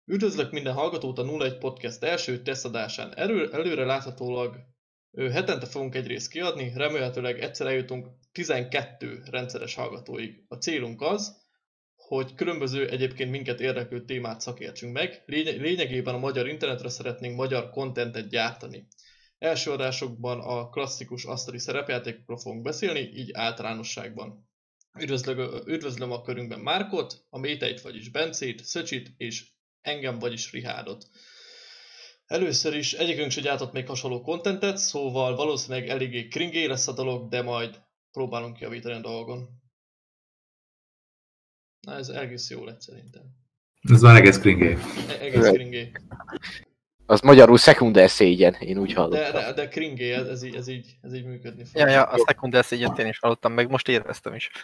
Üdvözlök minden hallgatót a 01 Podcast első tesztadásán. Előre láthatólag hetente fogunk egy részt kiadni, remélhetőleg egyszer eljutunk 12 rendszeres hallgatóig. A célunk az, hogy különböző egyébként minket érdeklő témát szakértsünk meg. Lényegében a magyar internetre szeretnénk magyar contentet gyártani. Első adásokban a klasszikus asztali szerepjátékokról fogunk beszélni, így általánosságban. Üdvözlöm a körünkben Márkot, a Méteit, vagyis Bencét, Szöcsit és engem, vagyis Rihádot. Először is egyikünk se gyártott még hasonló kontentet, szóval valószínűleg eléggé cringé lesz a dolog, de majd próbálunk javítani a dolgon. Na, ez egész jó lett szerintem. Ez már egész cringé. Egész cringé. Az magyarul szekunder szégyen, én úgy hallottam. De cringé, ez így működni fog. Ja, a szekunder szégyent én is hallottam, meg most éreztem is.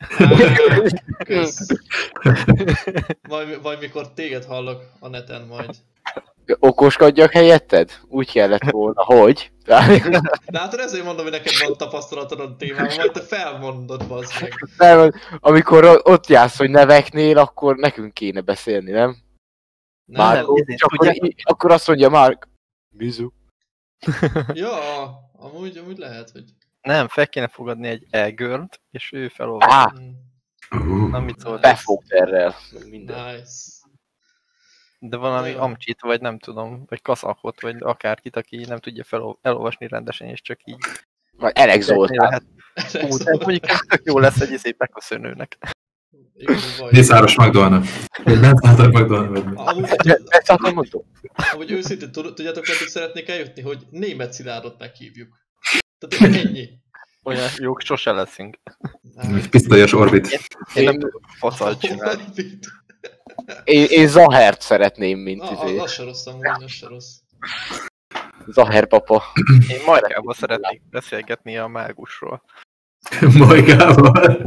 Majd mikor téged hallok a neten majd. Okoskodjak helyetted? Úgy kellett volna, hogy? De hát ezért mondom, hogy neked van tapasztalatod a témában, majd te felmondod, bazd meg. Nem, amikor ott jársz, hogy neveknél, akkor nekünk kéne beszélni, nem? Márko, akkor azt mondja Márk. Bizu. Ja, amúgy lehet, hogy... Nem, fel kéne fogadni egy e-girlt, és ő felolvasni. Nem mit szólt. Befogterrel. Minden. Nice. De valami amcsit, vagy nem tudom, vagy kaszakot, vagy akárkit, aki nem tudja elolvasni rendesen, és csak így... Vagy Elek Zoltán. Mondjuk ez tök jó lesz egy szép megköszönőnek. Mészáros Magdolna. Vagy Mészáros Magdolna. Amúgy őszintén tudjátok, meddig szeretnék eljutni, hogy német Szilárdot meghívjuk. Tehát ennyi. Olyan jók sose leszünk. Pisztolyos Orbit. Én nem tudok faszalt csinálni. Én Zahert szeretném, mint Az se rossz amúgy, az se rossz. Zaher papa. Én Majkával szeretnék beszélgetni a mágusról. Majkával?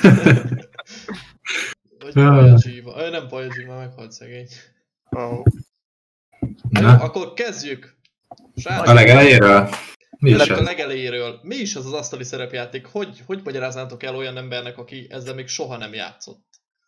Vagy Pajadzsiva. Nem Pajadzsiva, meghalt szegény. Jó, akkor kezdjük! A legelejéről? Mi is a legelejéről. Mi is az asztali szerepjáték? Hogy magyaráznátok el olyan embernek, aki ezzel még soha nem játszott?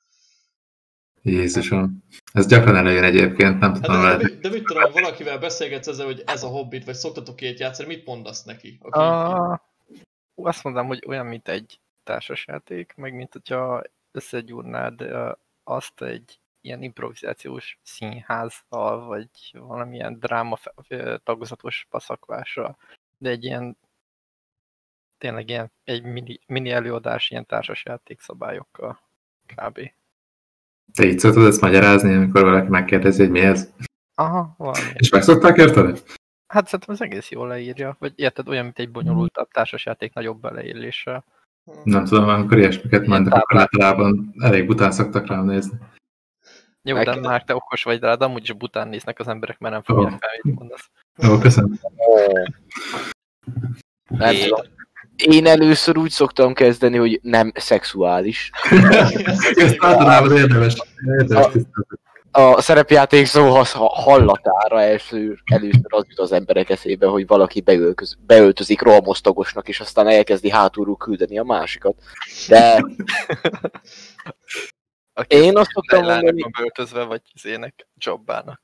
Jézusom. Ez gyakran előjön egyébként, nem tudom. Hát de mit tudom, valakivel beszélgetsz ezzel, hogy ez a Hobbit, vagy szoktatok ilyet játszani, mit mondasz neki? Azt mondom, hogy olyan, mint egy társasjáték, meg mint hogyha összegyúrnád azt egy ilyen improvizációs színházzal, vagy valamilyen dráma tagozatos paszakvással, de egy ilyen tényleg ilyen egy mini előadás ilyen társasjáték szabályokkal kb. Te így szoktad ezt magyarázni, amikor valaki megkérdezi, hogy mi ez? Aha, valami. És meg szokták érteni? Hát szerintem ez egész jól leírja, vagy érted, olyan, mint egy bonyolultabb társasjáték nagyobb beleilléssel. Nem tudom, amikor ilyesmiket mondok, akkor általában elég bután szoktak rám nézni. Jó, de már te okos vagy rá, de amúgy is bután néznek az emberek, mert nem fogják fel, mit mondasz. Jó, köszönöm. Nem tudom. Én először úgy szoktam kezdeni, hogy nem szexuális. Ezt általában érdemes A szerepjáték szó hallatára először az jut az emberek eszébe, hogy valaki beöltözik rohamosztagosnak, és aztán elkezdi hátulról küldeni a másikat. De... Én azt szoktam mondani... beöltözve, vagy zének jobbának.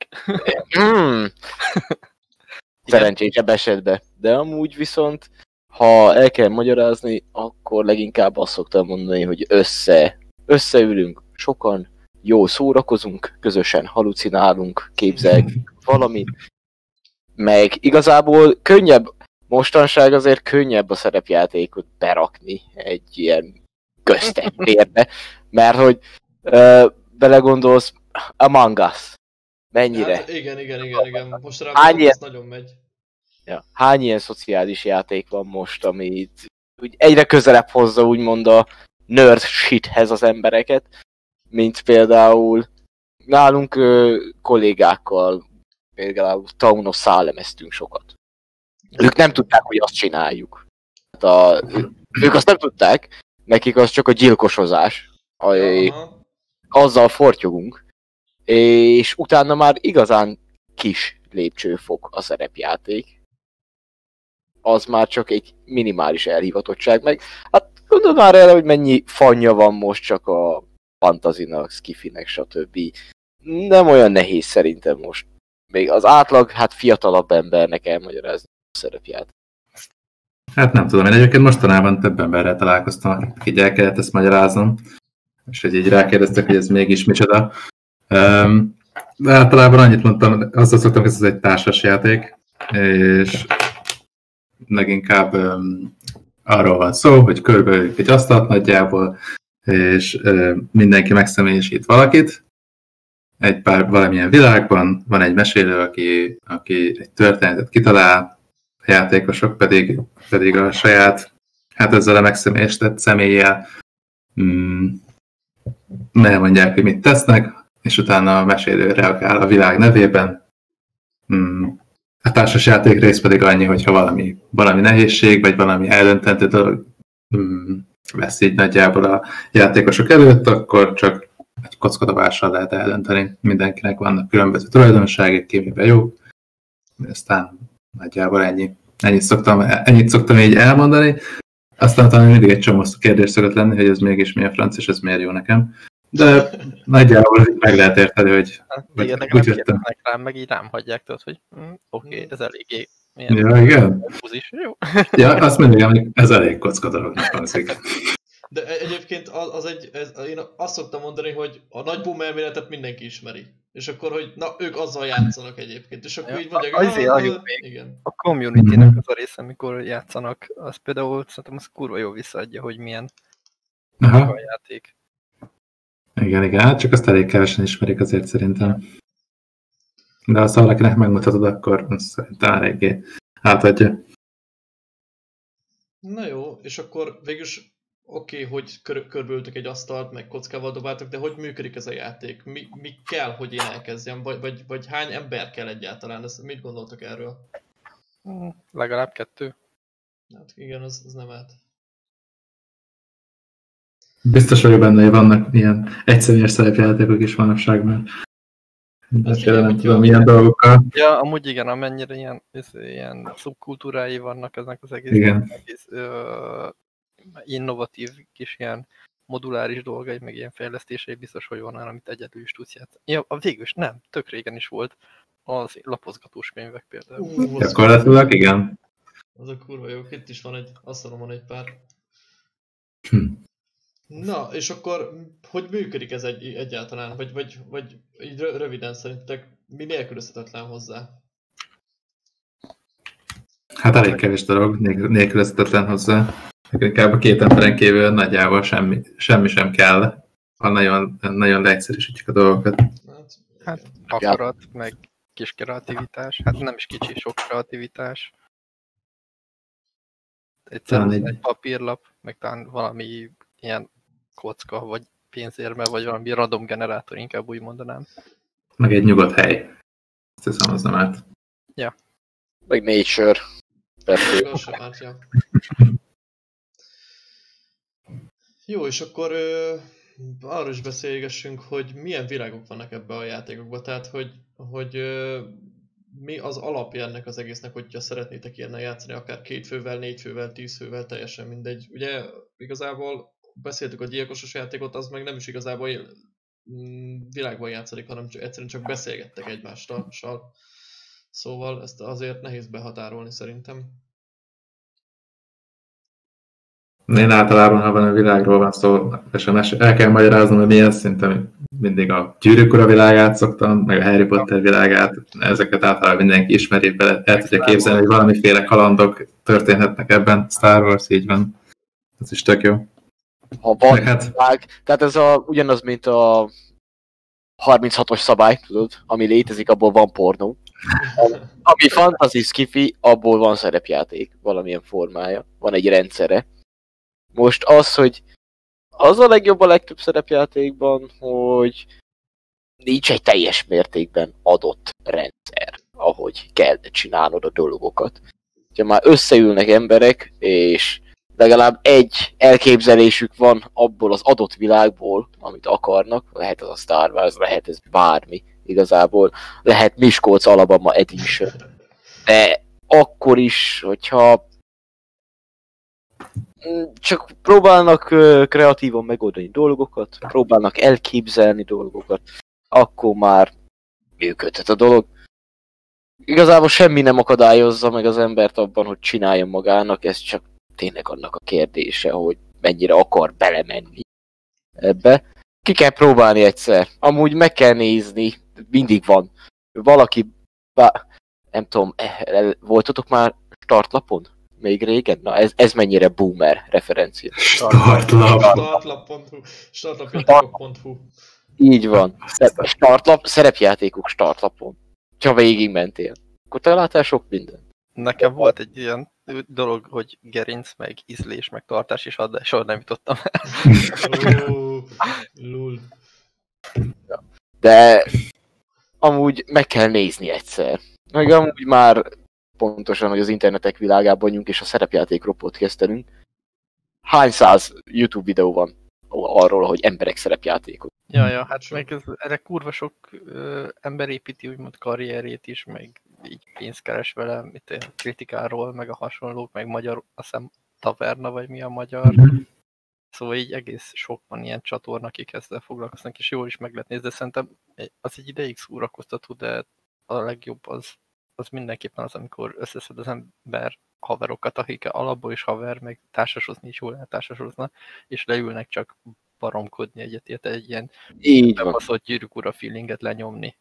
Szerencsésebb esetben. De amúgy viszont, ha el kell magyarázni, akkor leginkább azt szoktam mondani, hogy összeülünk sokan, jó szórakozunk, közösen halucinálunk, képzeljük valamit. Meg igazából könnyebb, mostanság azért könnyebb a szerepjátékot berakni egy ilyen köztempérbe, mert hogy belegondolsz, Among Us, mennyire? Hát igen. Most rá ez nagyon megy. Ja. Hány ilyen szociális játék van most, amit úgy egyre közelebb hozza úgymond a nerd shithez az embereket, mint például nálunk kollégákkal, például Town of Salem-eztünk sokat. Ők nem tudták, hogy azt csináljuk. Ők azt nem tudták, nekik az csak a gyilkosozás. Azzal fortyogunk. És utána már igazán kis lépcsőfok a szerepjáték. Az már csak egy minimális elhivatottság meg. Hát gondolod már el, hogy mennyi fanja van most csak a fantazinak, skifinek, stb. nem olyan nehéz szerintem most. Még az átlag, hát fiatalabb embernek elmagyarázni a szerepját. Hát nem tudom, én egyébként mostanában több emberrel találkoztam, akik így el kellett ezt magyaráznom, és hogy így rákérdeztek, hogy ez mégis micsoda. De általában annyit mondtam, azzal szoktam, hogy ez egy társasjáték, és leginkább arról van szó, hogy körbeüljük egy asztalt nagyjából, és mindenki megszemélyesít valakit, valamilyen világban, van egy mesélő, aki egy történetet kitalál, a játékosok pedig a saját, hát ezzel a megszemélyesített személlyel elmondják, hogy mit tesznek, és utána a mesélő reagál a világ nevében. A társasjáték rész pedig annyi, hogyha valami nehézség, vagy valami eldöntendő dolog lesz így nagyjából a játékosok előtt, akkor csak egy kockadobással lehet eldönteni. Mindenkinek vannak különböző tulajdonságok, kémiben jó. Aztán nagyjából ennyit szoktam így elmondani. Aztán talán mindig egy csomó kérdés szokott lenni, hogy ez mégis mi a franc, és ez miért jó nekem. De nagyjából meg lehet érteni, hogy igen, nekem úgy jöttem. Rám, meg így rám hagyják, tudod, hogy oké, ez eléggé ja, igen. Buzis, jó? Ja, azt mindig, hogy ez elég kocka dolognak hangzik. De egyébként én azt szoktam mondani, hogy a nagy boom elméletet mindenki ismeri. És akkor, hogy na, ők azzal játszanak egyébként. És akkor így mondják, igen. A community-nek az a része, amikor játszanak, az például szerintem az kurva jól visszaadja, hogy milyen a játék. Igen, hát csak azt elég kevesen ismerik azért szerintem. De ha valakinek megmutatod, akkor szerintem eléggé átadja. Na jó, és akkor végülis oké, hogy körbeültök egy asztalt, meg kockával dobáltok, de hogy működik ez a játék? Mi kell, hogy én elkezdjem? Vagy hány ember kell egyáltalán? Ezt mit gondoltok erről? Legalább 2. Hát igen, az nem állt. Biztos vagyok benne, hogy vannak ilyen egyszemélyes szerepjátékok is manapságban. Nem tudom, milyen dolgokkal. Ja, amúgy igen, amennyire ilyen szubkultúrái vannak eznek az egész innovatív kis ilyen moduláris dolgai, meg ilyen fejlesztései biztos, hogy van olyan, amit egyedül is tudsz játszani. Ja, a végül nem, tök régen is volt az lapozgatós könyvek például. Gyakorlatilag igen. Az a kurva jó, itt is van asztalomon egy pár. Na, és akkor hogy működik ez egyáltalán? Vagy így röviden szerintetek mi nélkülözhetetlen hozzá? Hát elég kevés dolog nélkülözhetetlen hozzá. Inkább a 2 emberen kívül nagyjából semmi sem kell, ha nagyon leegyszerűsítjük a dolgokat. Hát akarat, meg kis kreativitás, hát nem is kicsi, sok kreativitás. Egy papírlap, meg talán valami ilyen kocka, vagy pénzérme, vagy valami random generátor, inkább úgy mondanám. Meg egy nyugodt hely. Azt hiszem, az nem állt. Ja. Meg nature. Ja. Jó, és akkor arról is beszélgessünk, hogy milyen világok vannak ebben a játékokban. Tehát, hogy mi az alapja ennek az egésznek, hogyha szeretnétek ilyennel játszani, akár 2 fővel, 4 fővel, 10 fővel, teljesen mindegy. Ugye igazából beszéltük a gyilkosos játékot, az meg nem is igazából világban játszik, hanem egyszerűen csak beszélgettek egymással. Szóval ezt azért nehéz behatárolni szerintem. Én általában, ha van a világról van szó, és el kell magyaráznom, hogy milyen szinten mindig a Gyűrűk Ura világát szoktam, meg a Harry Potter világát, ezeket általában mindenki ismeri, el tudja képzelni, hogy valamiféle kalandok történhetnek ebben. Star Wars, így van. Ez is tök jó. Ha van világ, tehát ez ugyanaz, mint a 36-os szabály, tudod, ami létezik, abból van pornó. Ami fantasy sci-fi, abból van szerepjáték, valamilyen formája, van egy rendszere. Most az, hogy az a legjobb a legtöbb szerepjátékban, hogy nincs egy teljes mértékben adott rendszer, ahogy kell csinálnod a dolgokat. Ha már összeülnek emberek, és legalább egy elképzelésük van abból az adott világból, amit akarnak, lehet az a Star Wars, lehet ez bármi igazából, lehet Miskolc Alabama Edition, de akkor is, hogyha csak próbálnak kreatívan megoldani dolgokat, próbálnak elképzelni dolgokat, akkor már működhet a dolog. Igazából semmi nem akadályozza meg az embert abban, hogy csináljon magának, ez csak tényleg annak a kérdése, hogy mennyire akar belemenni ebbe. Ki kell próbálni egyszer. Amúgy meg kell nézni, mindig van. Valaki, nem tudom, voltatok már startlapon? Még régen? Na ez mennyire boomer referencia. Startlap.hu Startlapjátékok.hu Így van. Szerepjátékok startlapon. Ha végig mentél. Akkor találtál sok mindent. Nekem volt egy ilyen dolog, hogy gerinc, meg ízlés, meg tartás is ad, de soha nem jutottam el. Lul. De amúgy meg kell nézni egyszer. Meg amúgy már pontosan, hogy az internetek világában vagyunk, és a szerepjátékról podcastelünk. Hány száz YouTube videó van arról, hogy emberek szerepjátékok? Ja, hát meg erre kurva sok ember építi úgymond karrierét is, meg így pénzt keres vele, mint a kritikáról, meg a hasonlók, meg magyar, azt hiszem taverna, vagy mi a magyar. Szóval így egész sok van ilyen csatorna, akik ezzel foglalkoznak, és jól is meg lehet nézni, de szerintem az egy ideig szórakoztató, de a legjobb az mindenképpen az, amikor összeszed az ember haverokat, akik alapból is haver, meg társasozni is jól lehet társasozna, és leülnek csak baromkodni egyet, egy ilyen bebaszott gyűrűk ura feelinget lenyomni.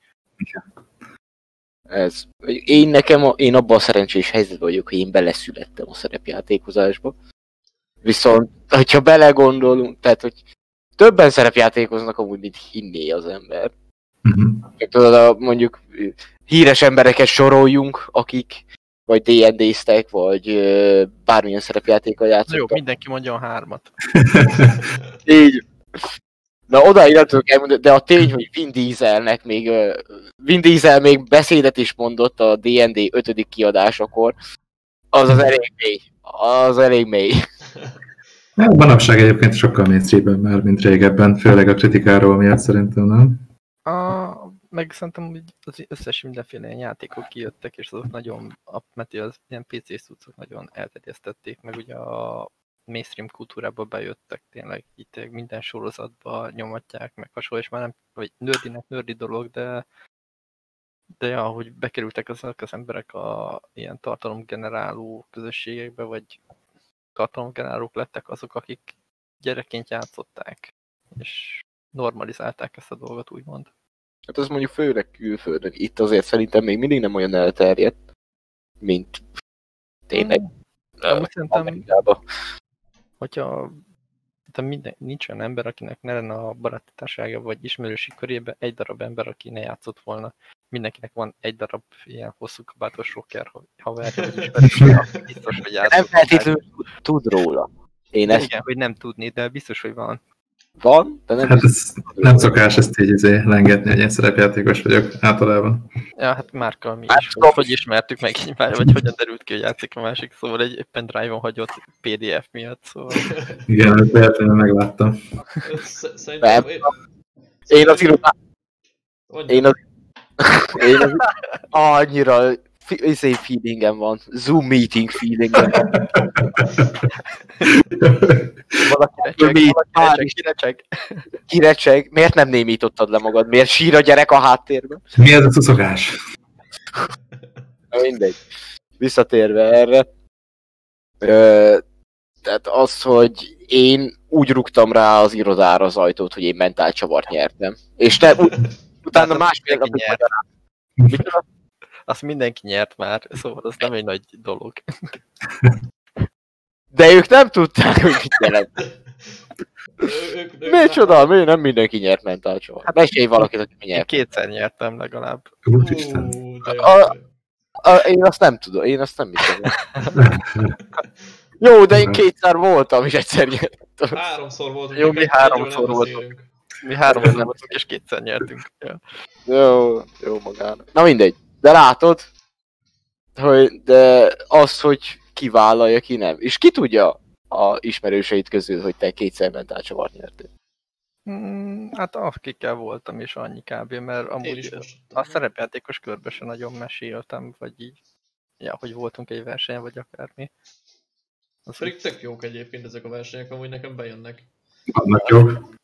Ez. Én abban a szerencsés helyzetben vagyok, hogy én beleszülettem a szerepjátékozásba. Viszont, hogyha belegondolunk, tehát, hogy többen szerepjátékoznak amúgy, mint hinné az ember. Tudod, mondjuk híres embereket soroljunk, akik vagy D&D-ztek, vagy bármilyen szerepjátékkal játszottak. Jó, mindenki mondjon 3. Így. Na odáig nem tudok elmondani, de a tény, hogy Vin Diesel még beszédet is mondott a D&D 5. kiadásakor, az elég mély. Az elég mély. Manapság egyébként sokkal mainstreamben már, mint régebben, főleg a kritikáról miatt szerintem, nem? Meg szerintem hogy az összes mindenféle ilyen játékok kijöttek, és azok nagyon, az ilyen PC-s cuccok nagyon elterjesztették, meg ugye a mainstream kultúrába bejöttek tényleg, itt minden sorozatba nyomatják, meg hasonló, és már nem, vagy nerdy dolog, de ja, hogy bekerültek azok az emberek a ilyen tartalomgeneráló közösségekbe, vagy tartalomgenerálók lettek azok, akik gyerekként játszották, és normalizálták ezt a dolgot, úgymond. Hát ez mondjuk főleg külföldön. Itt azért szerintem még mindig nem olyan elterjedt, mint tényleg Amerikában. Hogyha nincs olyan ember, akinek ne lenne a baráti társasága vagy ismerősi körében egy darab ember, aki ne játszott volna. Mindenkinek van egy darab ilyen hosszú kabátos rocker haverja, vagy ismerőse, aki biztos, hogy játszott. Nem feltétlenül tud róla. Igen, hogy nem tudni, de biztos, hogy van. Van, de nem... Hát ez nem szokás ezt így lengetni, hogy én szerepjátékos vagyok általában. Ja, hát Márkkal mi is. Hogy ismertük meg így már, vagy hogyan derült ki, hogy játszik a másik, szóval egy pendrive-on hagyott PDF miatt, szóval... Igen, ezt lehetően megláttam. Szerintem... Én az irodán... Én az... Annyira... feelingem van. Zoom meeting feelingem van. Kirecseg. Miért nem némítottad le magad? Miért sír a gyerek a háttérben? Mi ez a szuszogás? Mindegy. Visszatérve erre. Tehát az, hogy én úgy rúgtam rá az irodára az ajtót, hogy én mentálcsavart nyertem. És utána másfél napig magyaráztam. Azt mindenki nyert már, szóval az nem egy nagy dolog. De ők nem tudták, hogy mit jelent. Micsoda? Miért nem mindenki nyert mentálcsavar? Hát mesélj valakit, aki mi nyert. Én 2-szer nyertem legalább. Úristen. Én azt nem tudom, én azt nem hiszem. Jó, de én 2-szer voltam, és egyszer nyertem. 3-szor voltunk. Jó, mi 3-szor voltunk. Mi 3-szor nem voltunk, és 2-szer nyertünk. Ja. Jó magának. Na mindegy. De látod, hogy de az, hogy ki vállalja, ki nem. És ki tudja a ismerőseid közül, hogy te 2-szer mentálcsavart nyertél? Hát akikkel voltam is annyi kb, mert amúgy a szerepjátékos körbe sem nagyon meséltem, vagy így, ja, hogy voltunk egy versenyen, vagy akármi. Pedig tök jók egyébként ezek a versenyek, amúgy nekem bejönnek. Vannak jók.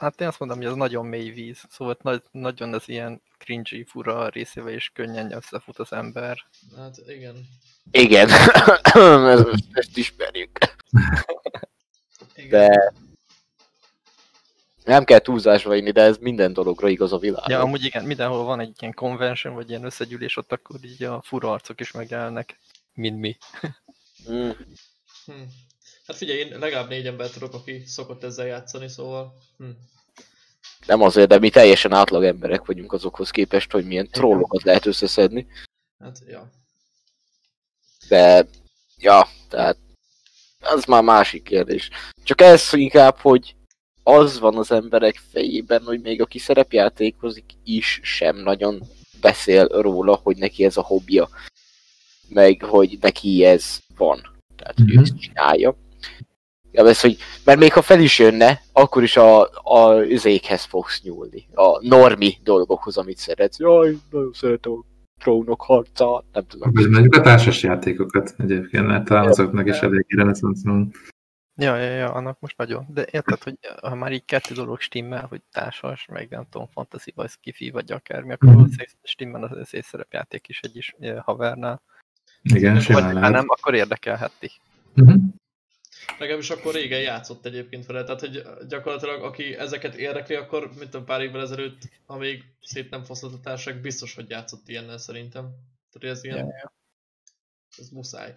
Hát én azt mondom, hogy ez nagyon mély víz, szóval nagyon az ilyen cringy, fura részével is könnyen összefut az ember. Hát igen. Igen, ezt ismerjük. Igen. De nem kell túlzásba inni, de ez minden dologra igaz a világon. Ja, amúgy igen, mindenhol van egy ilyen convention, vagy ilyen összegyűlés, ott akkor így a fura arcok is megjelennek, mint mi. Mm. Hát figyelj, én legalább 4 embert tudok, aki szokott ezzel játszani, szóval... Nem azért, de mi teljesen átlag emberek vagyunk azokhoz képest, hogy milyen trollokat lehet összeszedni. Hát, ja. De, ja, tehát az már másik kérdés. Csak ez inkább, hogy az van az emberek fejében, hogy még aki szerepjátékozik is sem nagyon beszél róla, hogy neki ez a hobbija. Meg, hogy neki ez van. Tehát, hogy ő ezt csinálja. Ja, ez, hogy, mert még ha fel is jönne, akkor is az éghez fogsz nyúlni. A normi dolgokhoz, amit szeretsz. Jaj, nagyon szeretem a trónok harcát, nem tudom. Vagy mondjuk a társas játékokat egyébként, mert talán azoknak is elég reneszánsz van. Ja, annak most nagyon. De érted, hogy ha már így 2 dolog stimmel, hogy társas, meg nem tudom, fantasy, vagy skifi, vagy akármi, akkor stimmel az szerepjáték is egy is havernál. Igen, Vagy simán ha lehet. nem, akkor érdekelheti. Legalábbis akkor régen játszott egyébként vele, tehát hogy gyakorlatilag aki ezeket érdekli, akkor mint tudom, pár évvel ezelőtt, amíg szét nem foszlott a társaság, biztos, hogy játszott ilyennel szerintem. Tehát ez ilyen... Ja. Ez muszáj.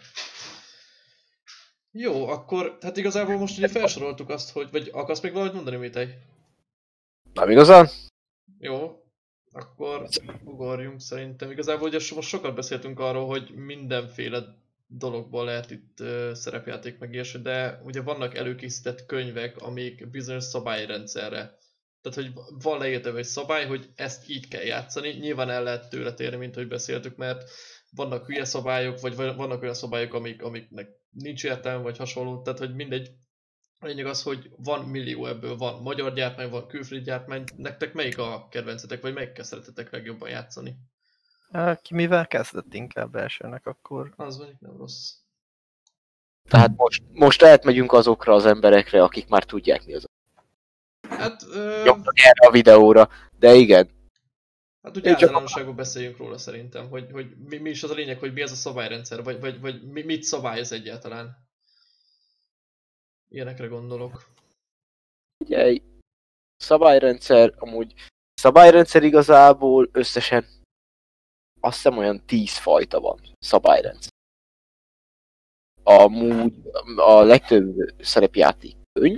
Jó, akkor hát igazából most ugye felsoroltuk azt, hogy... Vagy akarsz még valamit mondani, Mitej? Nem igazán? Jó, akkor ugorjunk szerintem. Igazából ugye most sokat beszéltünk arról, hogy mindenféle dologból lehet itt szerepjáték meg ilyesmi, de ugye vannak előkészített könyvek, amik bizonyos szabályrendszerre. Tehát, hogy van leírva egy szabály, hogy ezt így kell játszani. Nyilván el lehet tőle térni, mint hogy beszéltük, mert vannak hülye szabályok, vagy vannak olyan szabályok, amiknek nincs értelme, vagy hasonló. Tehát, hogy mindegy. A lényeg az, hogy van millió ebből, van magyar gyártmány, van külföldi gyártmány. Nektek melyik a kedvencetek, vagy melyikkel szeretetek legjobban játszani? Ki mivel kezdett inkább elsőnek, akkor? Az mondjuk nem rossz. Tehát most átmegyünk azokra az emberekre, akik már tudják mi az. Hát, Nyomtak erre a videóra, de igen. hát ugye általánosságban beszéljünk róla szerintem, hogy mi is az a lényeg, hogy mi ez a szabályrendszer, vagy mit szabályoz egyáltalán. Ilyenekre gondolok. Ugye, szabályrendszer igazából összesen azt hiszem olyan 10 fajta van szabályrendszer. Amúgy a legtöbb szerepjáték könyv,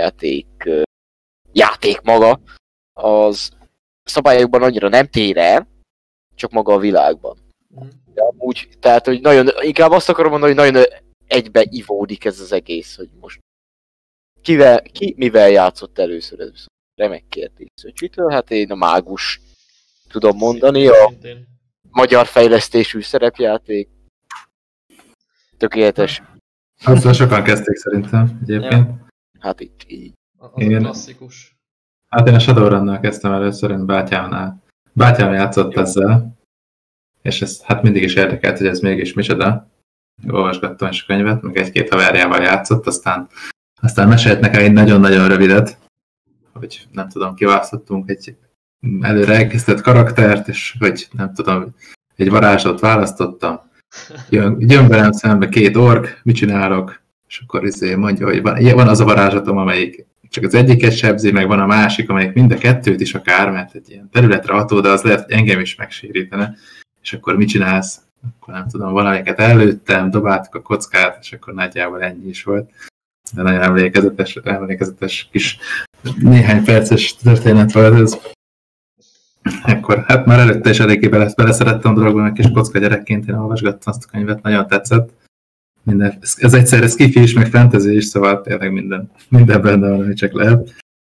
játék maga, az szabályokban annyira nem tér el, csak maga a világban. De amúgy, tehát, hogy nagyon, inkább azt akarom mondani, hogy nagyon egybeivódik ez az egész, hogy most ki mivel játszott először, ez remek kérdés. Hogy hát én a mágus tudom mondani, a magyar fejlesztésű szerepjáték. Tökéletes. Azzal sokan kezdték szerintem egyébként. Ja. Hát itt így. Az a klasszikus. Hát én a Shadowrun-nal kezdtem először, én bátyámnál. Bátyám játszott ezzel. És ez hát mindig is érdekelt, hogy ez mégis micsoda. Olvasgattam is a könyvet, meg egy-két haverjával játszott, aztán mesélt nekem egy nagyon-nagyon rövidet, hogy nem tudom, kiválasztottunk egy előre elkészített karaktert, és hogy nem tudom, egy varázslatot választottam. Jön velem szembe 2 ork, mit csinálok? És akkor mondja, hogy van az a varázslatom, amelyik csak az egyiket sebzi, meg van a másik, amelyik mind a kettőt is akár, mert egy ilyen területre ható, de az lehet, hogy engem is megsérítene. És akkor mit csinálsz? Akkor nem tudom, valamelyiket előttem, dobáltuk a kockát, és akkor nagyjából ennyi is volt. De nagyon emlékezetes kis néhány perces történet volt ez. Akkor, hát már előtte is eléggé beleszerettem a dologban, meg kis kocka gyerekként, én olvasgattam azt a könyvet, nagyon tetszett. Ez egyszerre skifi is, meg fantasy is, szóval tényleg minden benne van, ami csak lehet.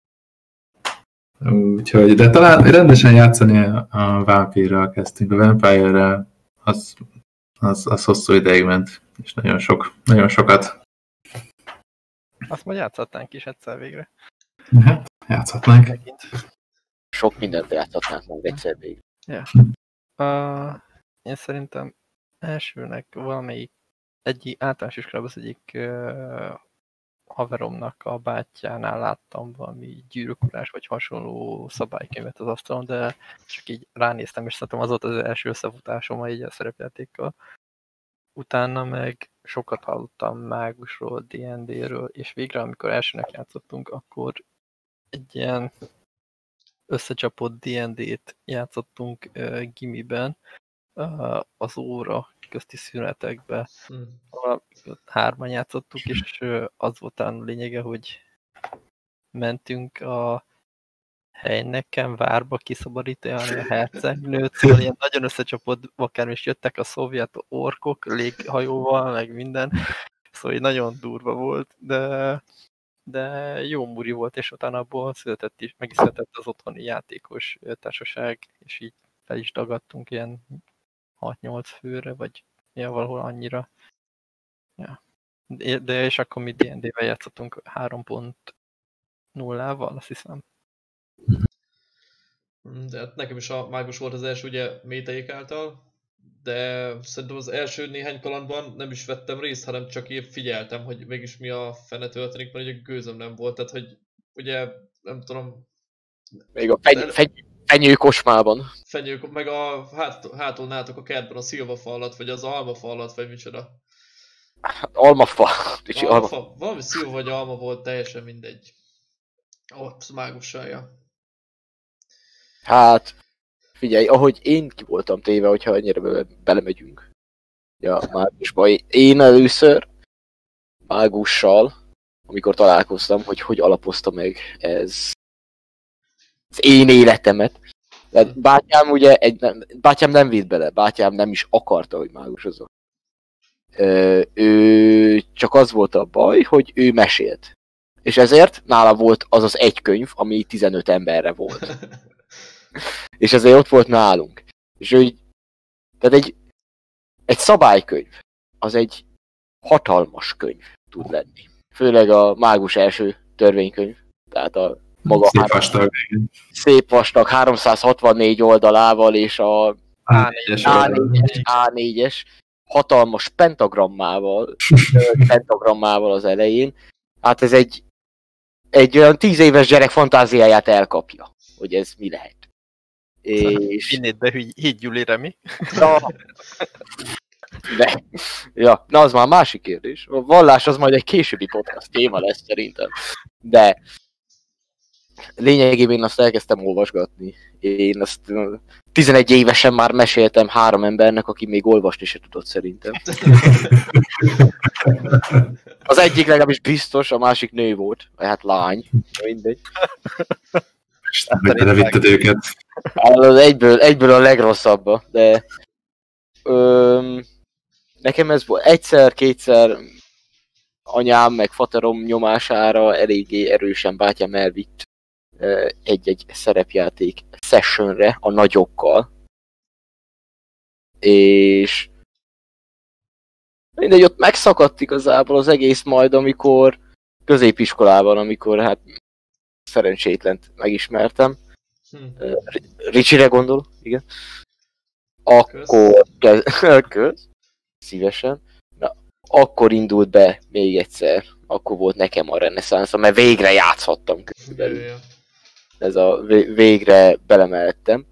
Úgyhogy, de talán rendesen játszani a Vampire-ral kezdtünk, a Vampire-rel, az hosszú ideig ment, és nagyon sokat. Azt majd játszhatnánk is egyszer végre. Hát, játszhatnánk. Sok mindent játszhatnánk majd egyszer végre. Ja. Én szerintem elsőnek valamelyik általános iskolában az egyik haveromnak a bátyjánál láttam valami gyűrűkurás vagy hasonló szabálykönyvet az asztalon, de csak így ránéztem, és szerintem az volt az első összefutásom így a szerepjátékkal. Utána meg sokat hallottam mágusról, D&D-ről, és végre, amikor elsőnek játszottunk, akkor egy ilyen összecsapott D&D-t játszottunk gimiben, az óra közti szünetekben. Hárman játszottuk, és az volt a lényege, hogy mentünk a helyneken várba kiszabadítani a hercegnőt, szóval ilyen nagyon összecsapott akármi, és jöttek a szovjet orkok léghajóval, meg minden, szóval így nagyon durva volt, de jó muri volt, és utána abból meg is született az otthoni játékos társaság, és így fel is dagadtunk ilyen 6-8 főre, vagy valahol annyira. Ja. De és akkor mi D&D-vel játszottunk 3.0-val, azt hiszem. De hát nekem is a mágus volt az első, ugye Méteik által, de szerintem az első néhány kalandban nem is vettem részt, hanem csak én figyeltem, hogy mégis mi a fene történik, mert ugye gőzöm nem volt, tehát hogy ugye nem tudom... Még a fenyő kocsmában. Fenyők, meg a hátul nálatok a kertben a szilvafa alatt, vagy az almafa alatt, vagy micsoda. Almafa. Almafa. Valami szilva vagy alma volt, teljesen mindegy. Ott mágussal, ja. Hát, figyelj, ahogy én ki voltam téve, hogyha ennyire belemegyünk. Ja, mágusba. Én először mágussal, amikor találkoztam, hogy alapozta meg ez az én életemet. De bátyám ugye, bátyám nem vitt bele, bátyám nem is akarta, hogy mágusozok. Ő csak az volt a baj, hogy ő mesélt. És ezért nála volt az az egy könyv, ami 15 emberre volt. És ezért ott volt nálunk. És ő, tehát egy szabálykönyv, az egy hatalmas könyv tud lenni. Főleg a mágus első törvénykönyv. Tehát a maga szép vastag 364 oldalával, és a A4-es hatalmas pentagrammával az elején. Hát ez egy olyan 10 éves gyerek fantáziáját elkapja, hogy ez mi lehet. És... Innét be higgyülére mi? Ja, na az már másik kérdés. A vallás az majd egy későbbi podcast téma lesz szerintem. De lényegében én azt elkezdtem olvasgatni. Én azt 11 évesen már meséltem 3 embernek, aki még olvasni se tudott szerintem. Az egyik legalábbis biztos, a másik nő volt. Vagy hát lány. Mindegy. Hogy belevitted őket. Az egyből a legrosszabb, de nekem ez volt egyszer-kétszer anyám meg faterom nyomására eléggé erősen bátyám elvitt egy szerepjáték sessionre a nagyokkal. És mindegy, ott megszakadt igazából az egész majd, amikor középiskolában, amikor hát szerencsétlent megismertem. Ricsire gondolok, igen. Akkor szívesen. Na, akkor indult be még egyszer. Akkor volt nekem a reneszánsz, mert végre játszhattam körülbelül. Ez a végre belemehettem.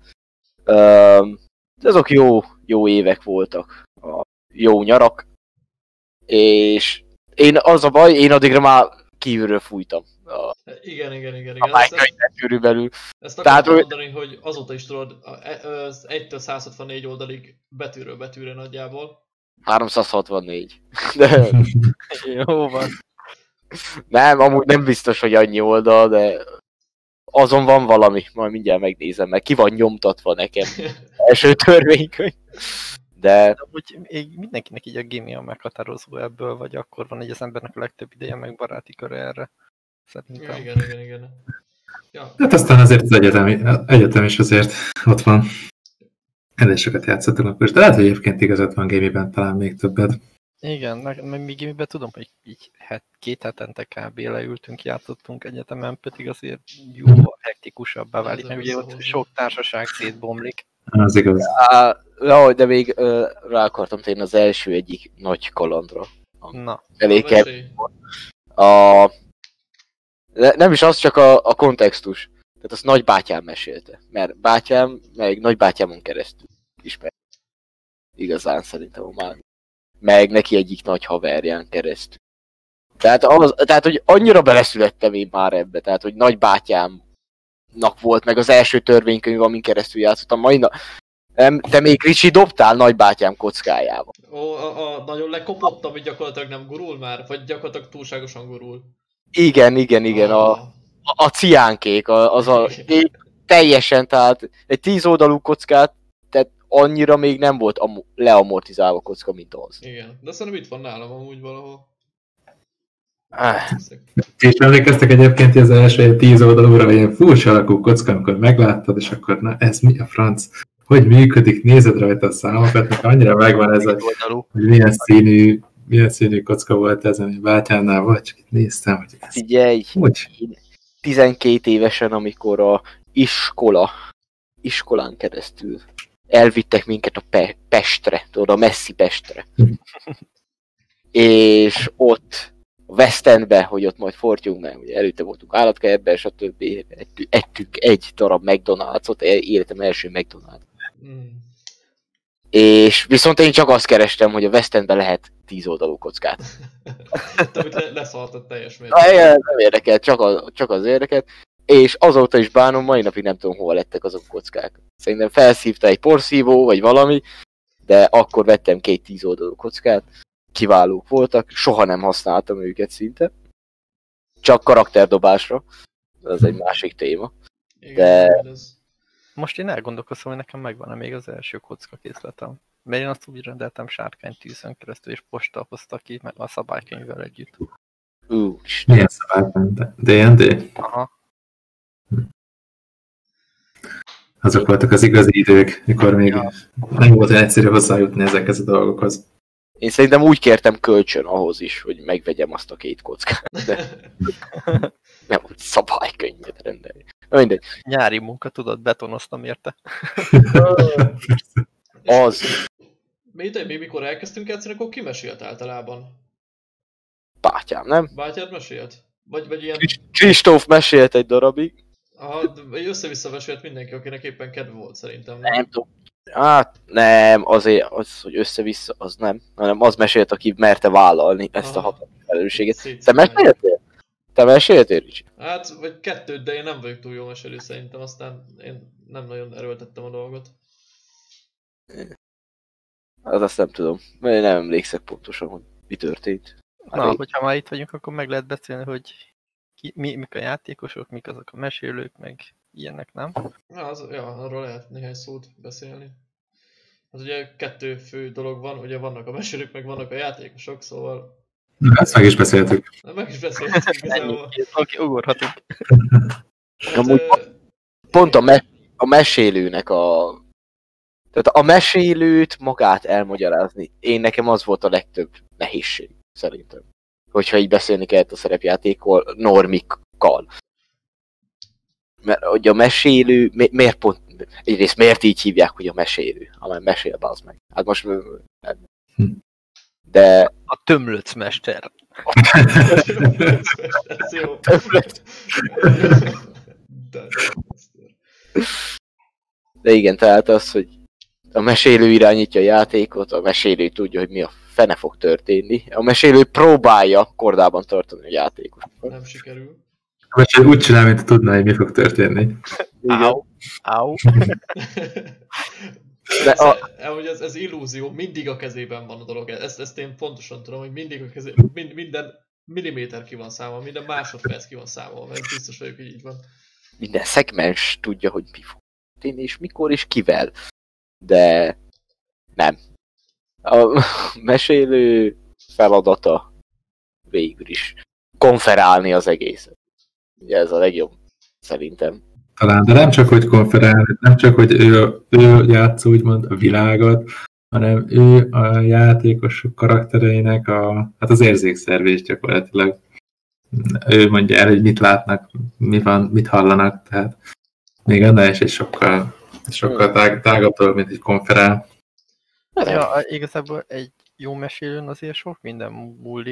Azok jó évek voltak. Jó nyarak. És az a baj, én addigra már kívülről fújtam. Igen. A májkönyvet körülbelül. Ezt akartam mondani, hogy azóta is tudod, 1-től 164 oldalig betűről betűre nagyjából. 364. De... Jó van. Nem, amúgy nem biztos, hogy annyi oldal, de azon van valami, majd mindjárt megnézem, meg ki van nyomtatva nekem. Első törvénykönyv. De úgy mindenkinek így a gaming meghatározó ebből, vagy akkor van egy az embernek a legtöbb ideje, meg baráti köre erre. Szerintem. Igen. Ja. Hát aztán azért az egyetem is azért ott van. Elég sokat játszottam akkor is, de lehet, hogy egyébként igazad van gamiben talán még többet. Igen, meg még gamiben tudom, hogy így 2 hetente kb. Leültünk, játszottunk egyetemen, pedig azért jóval hektikusabbá válik, mert ugye ott sok társaság szétbomlik. Az igaz. De még rá akartam térni az első egyik nagy kalandra. Na. Elég kell. Nem is az, csak a kontextus. Tehát azt nagybátyám mesélte. Mert bátyám, meg nagybátyámon keresztül ismert. Igazán szerintem a mág. Meg neki egyik nagy haverján keresztül. Tehát, hogy annyira beleszülettem én már ebbe. Tehát, hogy nagybátyámnak volt meg az első törvénykönyv, amin keresztül játszottam. Te még Ricsi dobtál nagybátyám kockájával. A nagyon lekopott, ami gyakorlatilag nem gurul már? Vagy gyakorlatilag túlságosan gurul? Igen. A ciánkék, teljesen, tehát egy 10 oldalú kockát, tehát annyira még nem volt leamortizálva kocka, mint az. Igen, de szerintem itt van nálam amúgy valahol. És emlékeztek egyébként az első 10 oldalúra, hogy ilyen furcsa alakú kocka, amikor megláttad, és akkor na ez mi a franc? Hogy működik? Nézed rajta a számokat, nekem annyira megvan ez, hogy milyen színű kocka volt ez, ami bátyámnál volt, csak itt néztem, hogy ez... Figyelj, 12 évesen, amikor a iskolán keresztül elvittek minket a Pestre, tudod, a messzi Pestre. És ott a West Endbe, hogy ott majd fortyunk, mert ugye előtte voltunk állatkertben, és a többi, ettünk egy darab McDonald's-ot, életem első McDonald's. És viszont én csak azt kerestem, hogy a West Endben lehet 10 oldalú kockát. Amit leszaltad teljes mértékben. Nem érdekelt, csak az érdekelt. És azóta is bánom, mai napig nem tudom, hova lettek azok a kockák. Szerintem felszívta egy porszívó, vagy valami, de akkor vettem 2 10 oldalú kockát. Kiválók voltak, soha nem használtam őket szinte. Csak karakterdobásra. Ez egy másik téma. De... Most én elgondolkozom, hogy nekem megvan-e még az első kocka készletem. Mert én azt úgy rendeltem sárkánytűzön keresztül, és posta hozta ki, meg a szabálykönyvvel együtt. Milyen szabálykönyv? D&D? Aha. Azok voltak az igazi idők, mikor még nem volt olyan egyszerű hozzájutni ezekhez a dolgokhoz. Én szerintem úgy kértem kölcsön ahhoz is, hogy megvegyem azt a 2 kockát. De... nem, hogy szabálykönyvet rendelni. Mindegy. Nyári munka, tudod, betonoztam érte. Az. Még mikor elkezdtünk játszani, akkor ki mesélt általában? Bátyám, nem? Bátyád mesélt? Vagy ilyen... Kristóf mesélt egy darabig. Aha, össze-vissza mesélt mindenki, akinek éppen kedve volt szerintem. Nem tudom. Hát nem, azért az, hogy össze-vissza, az nem. Hanem az mesélt, aki merte vállalni ezt a hatalmas felelősséget. Te meséltél? Te meséltél, Ricsi? Hát, vagy 2, de én nem vagyok túl jó mesélő szerintem, aztán én nem nagyon erőltettem a dolgot. Az azt nem tudom, mert én nem emlékszek pontosan, hogy mi történt. Na, hogyha már itt vagyunk, akkor meg lehet beszélni, hogy mik a játékosok, mik azok a mesélők, meg ilyenek, nem? Arról lehet néhány szót beszélni. Hát ugye 2 fő dolog van, ugye vannak a mesélők, meg vannak a játékosok, szóval... Ezt meg is beszéltük. Meg is beszéltük igazából. Oké, ugorhatunk. Pont a mesélőnek a... Tehát a mesélőt magát elmagyarázni, nekem az volt a legtöbb nehézség, szerintem. Hogyha így beszélni kellett a szerepjátékról, normikkal. Mert hogy a mesélő, egyrészt miért így hívják, hogy a mesélő, amely mesél, bazd meg. Hát most... De... A tömlöcmester. Ez jó. De igen, tehát az, hogy a mesélő irányítja a játékot, a mesélő tudja, hogy mi a fene fog történni. A mesélő próbálja kordában tartani a játékot. Nem sikerül. Vagy úgy csinál, mint tudná, hogy mi fog történni. Au. Ez illúzió, mindig a kezében van a dolog. Ezt én pontosan tudom, hogy mindig a kezében, minden milliméter ki van számolva, minden másodperc ki van számolva, ez biztos vagyok, hogy így van. Minden szegmens tudja, hogy mi fog történni, és mikor, és kivel. De nem. A mesélő feladata végül is konferálni az egészet. Ugye ez a legjobb, szerintem. Talán, de nem csak, hogy konferálni, nem csak, hogy ő játszó, úgymond a világot, hanem ő a játékosok karaktereinek az érzékszervés gyakorlatilag. Ő mondja el, hogy mit látnak, mi van, mit hallanak, tehát még annál is egy sokkal tágabb dolog, mint egy konferál. Ja, igazából egy jó mesélőn azért sok minden múlik.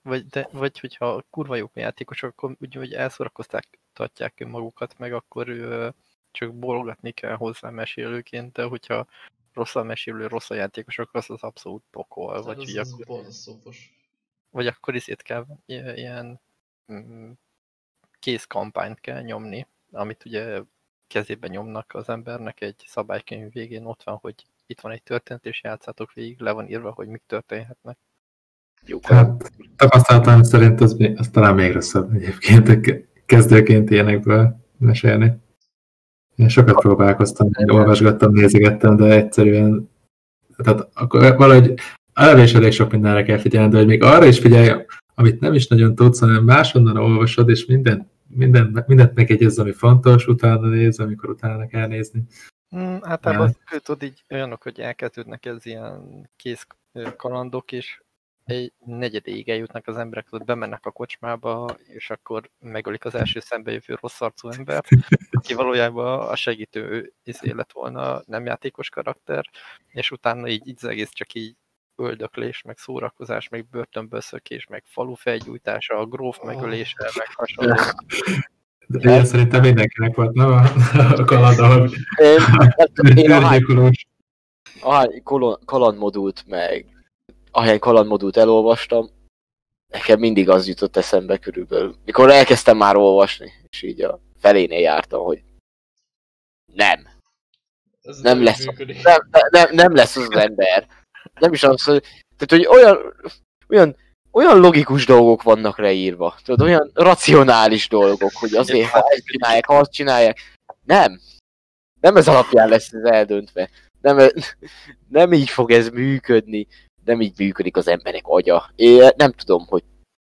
vagy hogyha kurva jók a játékosok, akkor úgy elszórakoztatják magukat, meg akkor csak bólogatni kell hozzá mesélőként, de hogyha rossz a mesélő, rossz a játékosok, az abszolút pokol. Hát az borzasztófos. Vagy akkor izét kell ilyen kész kampányt kell nyomni, amit ugye kezébe nyomnak az embernek egy szabálykönyv végén, ott van, hogy itt van egy történet, és játszátok végig, le van írva, hogy mik történhetnek. Jó. Hát, tapasztalatom szerint az talán még rosszabb egyébként kezdőként ilyenekből mesélni. Én sokat próbálkoztam, olvasgattam, nézegettem, de egyszerűen tehát akkor valahogy arra is elég sok mindenre kell figyelni, de hogy még arra is figyelj, amit nem is nagyon tudsz, hanem máshonnan olvasod, és mindent megjegyezz, ami fontos, utána néz, amikor utána kell nézni. Általában tudod így olyanok, hogy elkezdődnek ez ilyen kész kalandok, és egy negyedéig eljutnak az emberek, ott bemennek a kocsmába, és akkor megölik az első szembejövő rossz arcú embert, aki valójában a segítő lett volna, nem játékos karakter, és utána így az egész csak így öldöklés, meg szórakozás, meg börtönböszökés, meg falu felgyújtása, a gróf megölése, meg hasonló. De ilyen szerintem mindenkinek volt, nem a kaland, ahol én ahány kalandmodult ahány kalandmodult elolvastam, nekem mindig az jutott eszembe körülbelül. Mikor elkezdtem már olvasni, és így a felénél jártam, hogy nem. Nem lesz, nem lesz az ember. Nem is az, hogy, tehát, hogy olyan logikus dolgok vannak leírva. Tudod, olyan racionális dolgok, hogy azért, ha ezt csinálják, ha azt csinálják. Nem. Nem ez alapján lesz ez eldöntve. Nem így fog ez működni. Nem így működik az emberek agya. Én nem tudom, hogy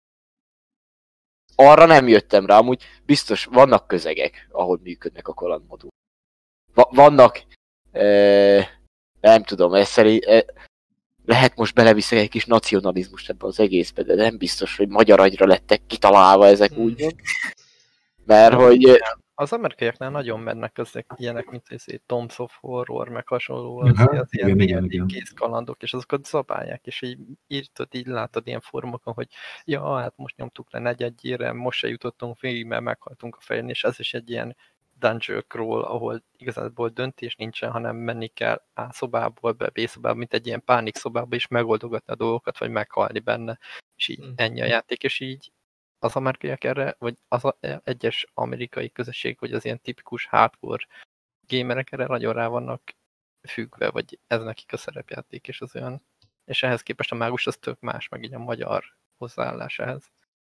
arra nem jöttem rá, amúgy biztos vannak közegek, ahol működnek a kalandmodul. Vannak, nem tudom, ez szerint, lehet most beleviszek egy kis nacionalizmust ebbe az egészbe, de nem biztos, hogy magyar agyra lettek kitalálva ezek úgy. Mert hogy... Az amerikaiaknál nagyon mennek ezek ilyenek, mint ez Tombs of Horror, meg hasonló, az ilyen kész kalandok, és azokat zabálják, és így látod ilyen formokon, hogy ja, hát most nyomtuk le negyedjére, most se jutottunk végig, mert meghaltunk a fején, és ez is egy ilyen dungeon crawl, ahol igazából döntés nincsen, hanem menni kell A szobából be B szobába, mint egy ilyen pánik szobába, és megoldogatni a dolgokat, vagy meghalni benne, és így ennyi a játék, és így az amerikaiak erre, vagy az egyes amerikai közösség, vagy az ilyen tipikus hardcore gamerek erre nagyon rá vannak függve, vagy ez nekik a szerepjáték, és az olyan, és ehhez képest a mágus az tök más, meg így a magyar hozzáállás ehhez.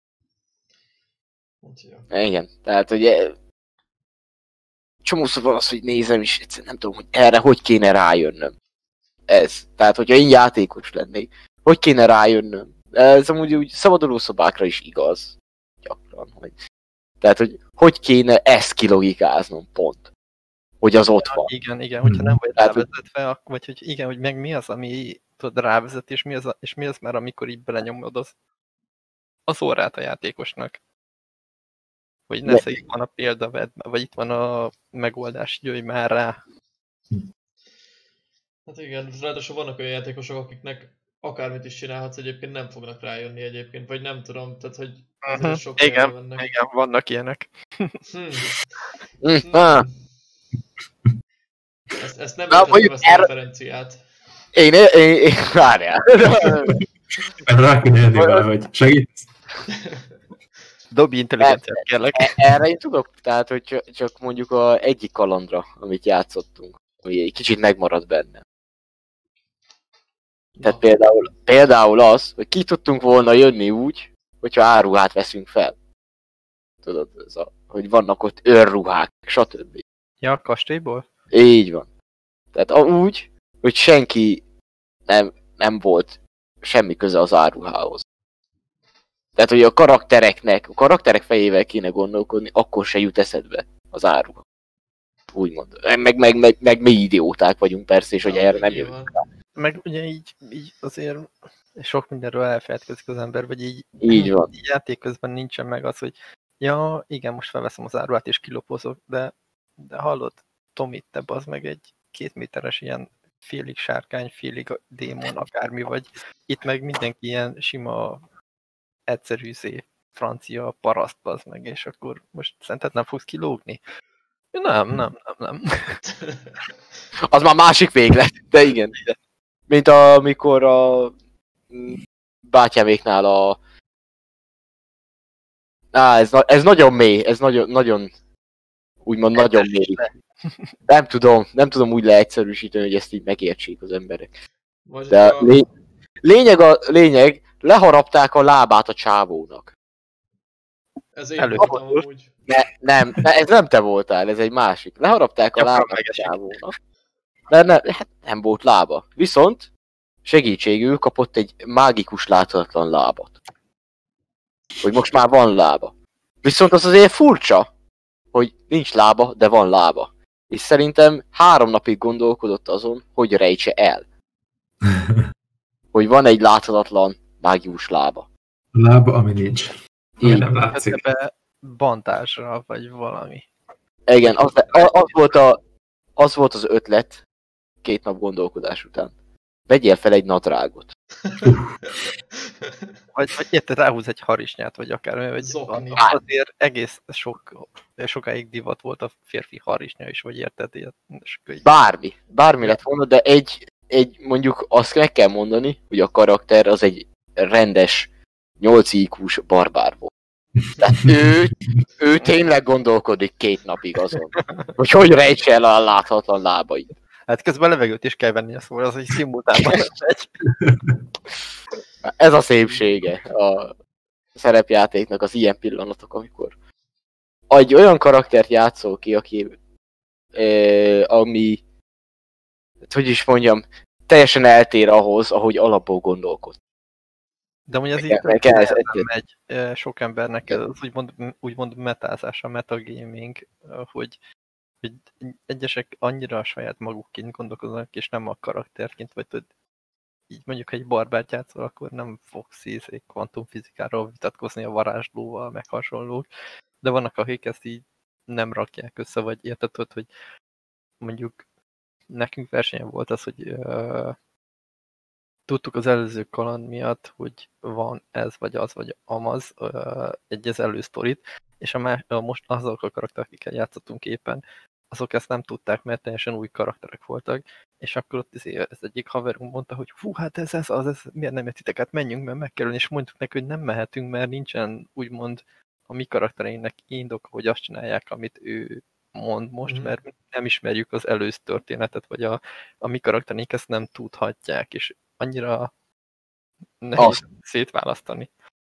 Igen, tehát ugye csomószor van az, hogy nézem, és egyszerűen nem tudom, hogy erre hogy kéne rájönnöm. Ez. Tehát, hogyha én játékos lennék, hogy kéne rájönnöm. Ez amúgy úgy szabaduló szobákra is igaz. Gyakran. Tehát, hogy kéne ezt kilogikáznom pont. Hogy az ott van. Igen, hogyha nem vagy rávezetve, vagy hogy igen, hogy meg mi az, ami tudod rávezet, és mi az már, amikor így belenyomod az órát a játékosnak. Hogy nesze, itt van a példa, vagy itt van a megoldás, jöjj már rá. Hát igen, ráadásul vannak olyan játékosok, akiknek akármit is csinálhatsz, egyébként nem fognak rájönni egyébként, vagy nem tudom, tehát hogy sok igen, vannak ilyenek. Ezt nem értettem, ezt a referenciát. Én várjál. Rá kéne jönni vele, hogy segítsz? Dobj intelligenciát, kérlek. Erre én tudok, tehát hogy csak mondjuk a egyik kalandra, amit játszottunk, hogy egy kicsit megmaradt benne. Tehát például az, hogy ki tudtunk volna jönni úgy, hogyha áruhát veszünk fel. Tudod, hogy vannak ott őrruhák, stb. Ja, a kastélyból? Így van. Tehát úgy, hogy senki nem volt semmi köze az áruhához. Tehát, hogy a karakterek fejével kéne gondolkodni, akkor se jut eszedbe az áruha. Úgymond. Meg mi idióták vagyunk persze, és hogy erre nem jövünk rá. Meg ugye így azért sok mindenről elfeledkezik az ember, vagy így van. Így játék közben nincsen meg az, hogy ja, igen, most felveszem az áruhát és kilopozok, de hallod, Tomit, te bazd meg egy 2 méteres ilyen félig sárkány, félig démon, akármi vagy. Itt meg mindenki ilyen sima egyszerű francia paraszt, bazd meg, és akkor most szerinted nem fogsz kilógni? Nem. Az már másik véglet, de igen. Mint amikor a bátyáméknál ez nagyon mély, ez nagyon úgymond nagyon mély. Nem tudom úgy leegyszerűsíteni, hogy ezt így megértsék az emberek. De lényeg, leharapták a lábát a csávónak. Ez én voltam amúgy. Ez nem te voltál, ez egy másik. Leharapták a lábát a csávónak. Hát nem volt lába. Viszont segítségül kapott egy mágikus láthatatlan lábat. Hogy most már van lába. Viszont az azért furcsa, hogy nincs lába, de van lába. És szerintem 3 napig gondolkodott azon, hogy rejtse el. Hogy van egy láthatatlan mágikus lába. Lába, ami nincs. Ami nem látszik. Bandázsra, vagy valami. Igen, az volt az ötlet 2 nap gondolkodás után. Vegyél fel egy nadrágot. vagy érted, ráhúz egy harisnyát, vagy akármi, vagy azért egész sokáig divat volt a férfi harisnya is, vagy érted? Bármi lett volna, de egy mondjuk azt meg kell mondani, hogy a karakter az egy rendes 8 IQ-s barbár volt. Tehát ő tényleg gondolkodik 2 napig azon, hogy rejtse el a láthatatlan lábait. Hát közben levegőt is kell venni, szóval az egy szimultánban megy. Ez a szépsége a szerepjátéknak, az ilyen pillanatok, amikor egy olyan karaktert játszol ki, ami, hogy is mondjam, teljesen eltér ahhoz, ahogy alapból gondolkod. De mondja, az így megy sok embernek az úgymond metázás, a metagaming, hogy egyesek annyira a saját magukként gondolkoznak, és nem a karakterként, vagy tudod, így mondjuk, ha egy barbárt játszol, akkor nem fogsz kvantumfizikáról vitatkozni a varázslóval, meg hasonlók, de vannak, akik ezt így nem rakják össze, vagy érted, hogy mondjuk nekünk versenyen volt az, hogy tudtuk az előző kaland miatt, hogy van ez, vagy az, vagy amaz, egy elősztorit, és most azok a karakterek, akikkel játszottunk éppen, azok ezt nem tudták, mert teljesen új karakterek voltak, és akkor ott ez egyik haverunk mondta, hogy hú, hát ez miért nem titeket, menjünk, mert meg kell ülni, és mondtuk neki, hogy nem mehetünk, mert nincsen úgymond a mi karaktereinknek indoka, hogy azt csinálják, amit ő mond most, mert nem ismerjük az előző történetet, vagy a mi karaktereink ezt nem tudhatják, és annyira nehéz szétválasztani.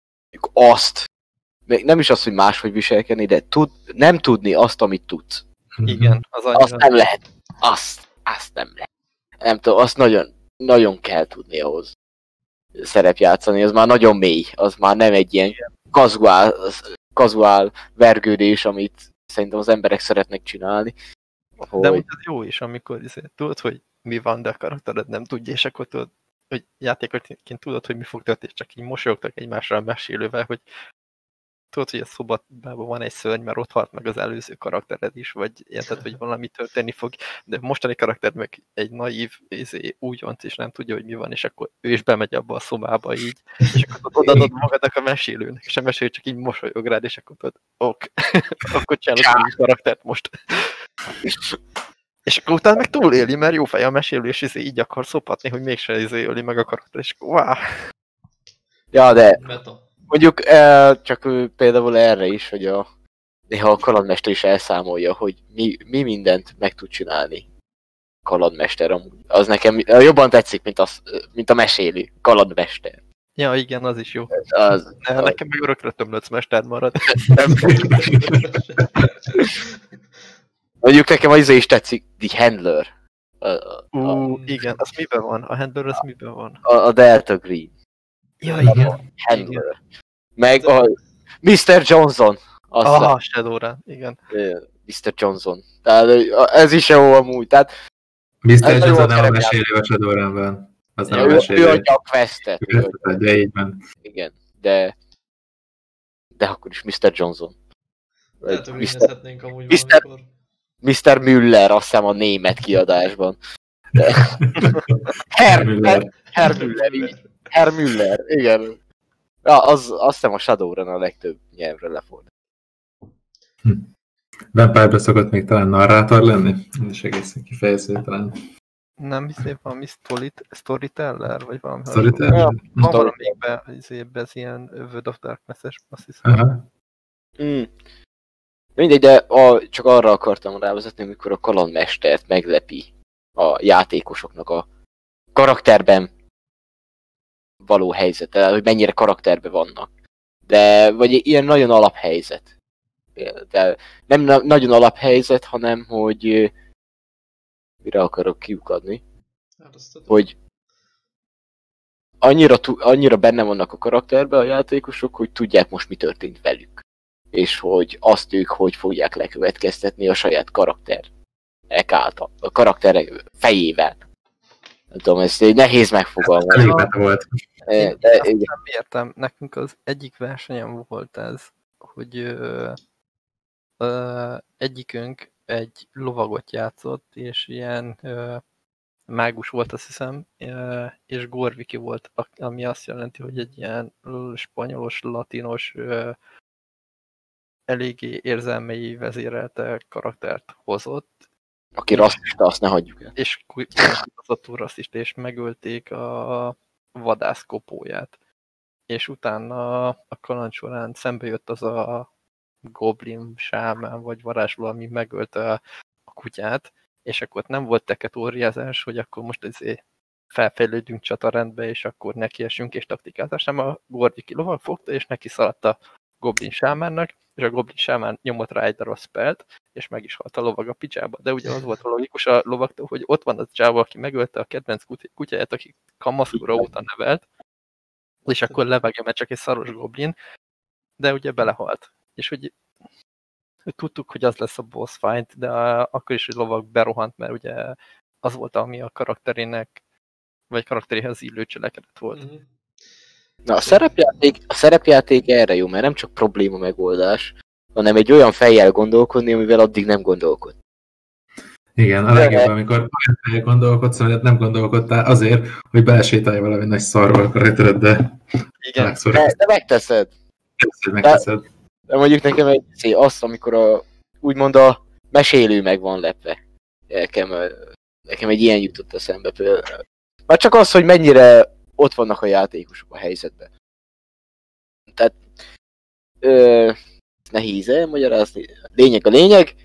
Még nem is az, hogy máshogy viselkedni, de nem tudni azt, amit tudsz. Igen, azt nem lehet. Azt nem lehet. Nem tudom, azt nagyon kell tudni ahhoz szerepjátszani, az már nagyon mély, az már nem egy ilyen kazuál vergődés, amit szerintem az emberek szeretnek csinálni. De úgy az jó is, amikor tudod, hogy mi van, de a karaktered nem tudja, és akkor tudod, hogy játékosként tudod, hogy mi fog történni, csak így mosolyogtak egymásra a mesélővel, hogy tudod, hogy a szobában van egy szörny, mert ott halt meg az előző karaktered is, vagy érted, hogy valami történni fog, de mostani karakter meg egy naív újonc, és nem tudja, hogy mi van, és akkor ő is bemegy abba a szobába így, és akkor odaadod magadnak a mesélőnek, és a mesélő csak így mosolyog rád, és akkor tudod, akkor csinálod a karaktert most. És akkor utána meg túléli, mert jó fej a mesélő, és így akar szopatni, hogy mégsem öli meg a karakter, és wow. Ja, de mondjuk csak például erre is, hogy néha a kalandmester is elszámolja, hogy mi mindent meg tud csinálni kalandmester amúgy. Az nekem jobban tetszik, mint a mesélő kalandmester. Ja, igen, az is jó. Nekem meg örökre tömlöc mester marad. Mondjuk nekem az is tetszik, The Handler. Igen, az miben van? A Handler az miben van? A Delta Green. Ja, igen. Handler. Igen. Meg a Mr. Johnson. Shadowrun, igen. Mr. Johnson. Tehát ez is jó amúgy. Tehát, Mr. Johnson nem a mesélő a Shadowrunban. Az nem a mesélő. Ő adja a questet. De így van. Igen, de akkor is Mr. Johnson. Lehet, hogy nézhetnénk amúgy valamikor. Mr. Müller, azt hiszem a német kiadásban. Herr Müller, igen. Ja, azt hiszem a Shadowrun a legtöbb nyelvre lefordít. Vampire-ra szokott még talán narrátor lenni? Ez is egészen kifejező talán. Nem hiszem valami storyteller, vagy valami Storyteller? Ja, Van Story- valamelyikben ez ilyen World of Darkness-es, azt hiszem. Aha. Mindegy, de csak arra akartam rávezetni, amikor a kalandmestert meglepi a játékosoknak a karakterben való helyzete, hogy mennyire karakterben vannak. De, vagy ilyen nagyon alaphelyzet. De nem nagyon alaphelyzet, hanem hogy mire akarok kiukadni, hogy annyira benne vannak a karakterben a játékosok, hogy tudják most mi történt velük. És hogy azt ők hogy fogják lekövetkeztetni a saját karakterek által, a karakterek fejével. Nem tudom, ez nehéz megfogalmazni. Elég beta volt. Én De, azt nem értem, nekünk az egyik versenyen volt ez, hogy egyikünk egy lovagot játszott, és ilyen mágus volt, azt hiszem, és Gorviki volt, ami azt jelenti, hogy egy ilyen spanyolos, latinos, eléggé érzelmei vezérelte karaktert hozott. aki rasszista, azt ne hagyjuk el. És kutatható rasszista, és megölték a vadász kopóját. És utána a kaland során szembe jött az a goblin, sámán vagy varázsló, ami megölte a kutyát, és akkor nem volt teketóriázás, hogy akkor most azért felfejlődünk csatarendbe, és akkor nekiesünk és taktikázás, hanem a Gorviki lovag fogta, és neki szaladt a goblin sámánnak, és a goblin sámán nyomott rá egy darab spelt, és meg is halt a lovag a picsába. De ugye az volt a logikus a lovagtól, hogy ott van az csáva, aki megölte a kedvenc kutyáját, aki kamaszkora óta nevelt, és akkor levágja, mert csak egy szaros goblin, de ugye belehalt. És hogy tudtuk, hogy az lesz a boss fight, de akkor is, hogy lovag berohant, mert ugye az volt, ami a karakterének, vagy karakteréhez illő cselekedet volt. Na, a szerepjáték erre jó, mert nem csak probléma megoldás, hanem egy olyan fejjel gondolkodni, amivel addig nem gondolkod. Igen, a legjobb, amikor olyan fejjel gondolkodsz, amit nem gondolkodtál azért, hogy belesétálj valami nagy szarval a karaktereddel. Igen. De megteszed. Megteszed. De mondjuk nekem azt, amikor úgymond a mesélő meg van lepve. Nekem egy ilyen jutott eszembe például. Már csak az, hogy mennyire ott vannak a játékosok a helyzetben. Tehát nehéz elmagyarázni. Lényeg a lényeg.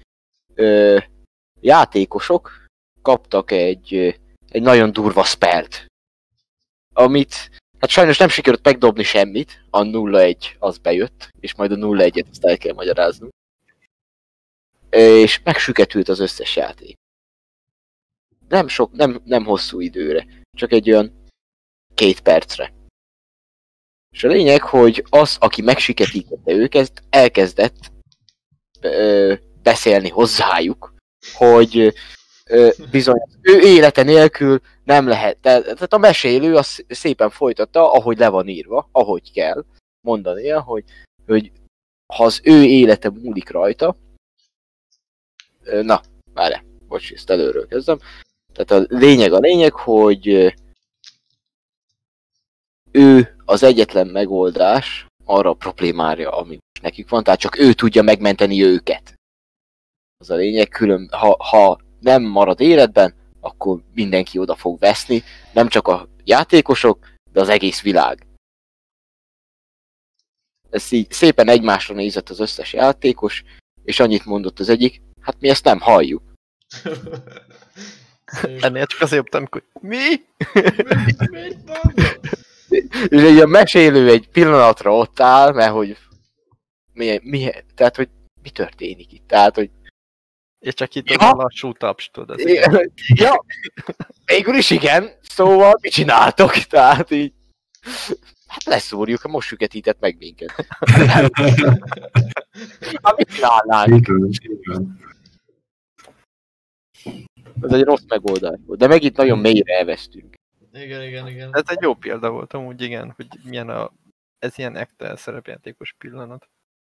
Játékosok kaptak egy nagyon durva spelt. Amit hát sajnos nem sikerült megdobni semmit. A 0-1 az bejött, és majd a 0-1-et azt el kell magyaráznunk. És megsüketült az összes játék. Nem hosszú időre. Csak egy olyan 2 percre. És a lényeg, hogy az, aki megsiketítette őket, elkezdett beszélni hozzájuk, hogy bizony ő élete nélkül nem lehet. Tehát a mesélő az szépen folytatta, ahogy le van írva, ahogy kell mondania, hogy ha az ő élete múlik rajta, na, várjál, bocs, ezt előről kezdem. Tehát a lényeg, hogy ő az egyetlen megoldás arra a problémára, ami most nekik van, tehát csak ő tudja megmenteni őket. Az a lényeg, ha nem marad életben, akkor mindenki oda fog veszni, nem csak a játékosok, de az egész világ. Ez így szépen egymásra nézett az összes játékos, és annyit mondott az egyik, hát mi ezt nem halljuk. Ennél csak azért jöttem, hogy mi? És egy ilyen mesélő egy pillanatra ott áll, mert hogy tehát, hogy mi történik itt? Tehát, hogy És csak itt az a lassú taps, tudod. Ja, végül is igen, szóval mit csináltok? Tehát így, hát leszúrjuk, most süketített meg minket. Hát mit csinálnánk? Ez egy rossz megoldás volt, de megint nagyon mélyre elvesztünk. Igen. Ez egy jó példa volt amúgy, igen, hogy milyen ez ilyen ektel szerepjátékos pillanat.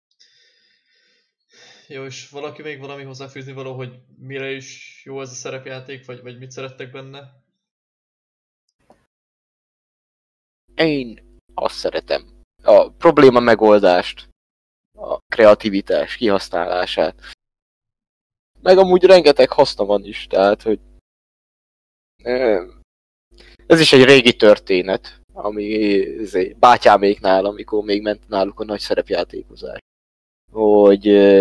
Jó, és valaki még valami hozzáfűzni való, hogy mire is jó ez a szerepjáték, vagy mit szerettek benne? Én azt szeretem. a probléma megoldást, a kreativitás kihasználását. Meg amúgy rengeteg haszna van is, tehát, hogy ez is egy régi történet, ami bátyáméknál, amikor még ment náluk a nagy szerepjátékozás. Hogy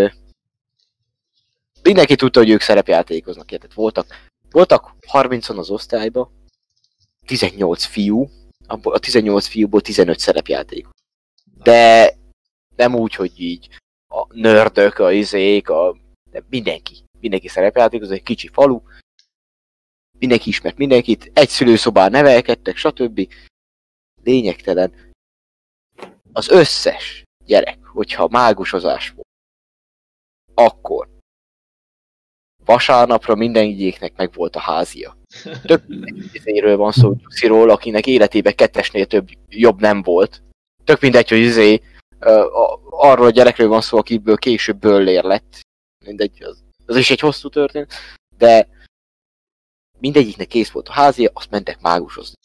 mindenki tudta, hogy ők szerepjátékoznak. Tehát voltak 30-an az osztályba, 18 fiú, a 18 fiúból 15 szerepjáték. De nem úgy, hogy így a nördök, a izék, de mindenki szerepjátékoz, egy kicsi falu, mindenki ismert mindenkit, egy szülőszobán nevelkedtek, stb. Lényegtelen. Az összes gyerek, hogyha mágusozás volt, akkor vasárnapra mindegyiknek meg volt a házia. Több izéről van szó, Gyusziról, akinek életében 2-esnél több jobb nem volt. Tök mindegy, hogy arról a gyerekről van szó, akiből később böllér lett. Mindegy, az is egy hosszú történet, de mindegyiknek kész volt a házia, azt mentek mágusozni.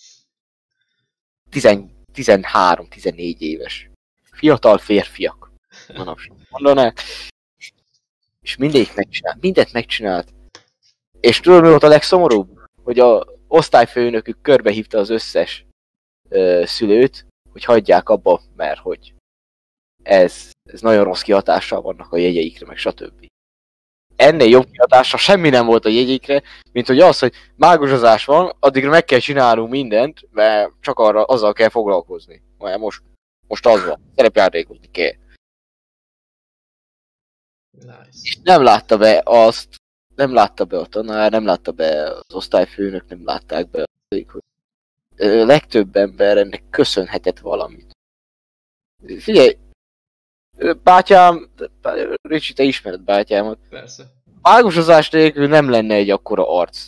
13-14 éves. Fiatal férfiak. Manapság mondanák. És mindent megcsinált. És tudod, mi volt a legszomorúbb? Hogy a osztályfőnökük körbehívta az összes szülőt, hogy hagyják abba, mert hogy ez nagyon rossz kihatással vannak a jegyeikre, meg stb. Ennél jobb kihatása semmi nem volt a jegyeikre, mint hogy az, hogy mágusozás van, addigra meg kell csinálnunk mindent, mert csak azzal kell foglalkozni. Mert most az van, szerepjátékozni kell. Nice. És nem látta be azt, nem látta be a tanár, nem látta be az osztályfőnök, nem látták be azt, hogy legtöbb ember ennek köszönhetett valamit. Figyelj, bátyám, Ricsi, te ismered bátyámat. Persze. Mágusozás nélkül nem lenne egy akkora arc.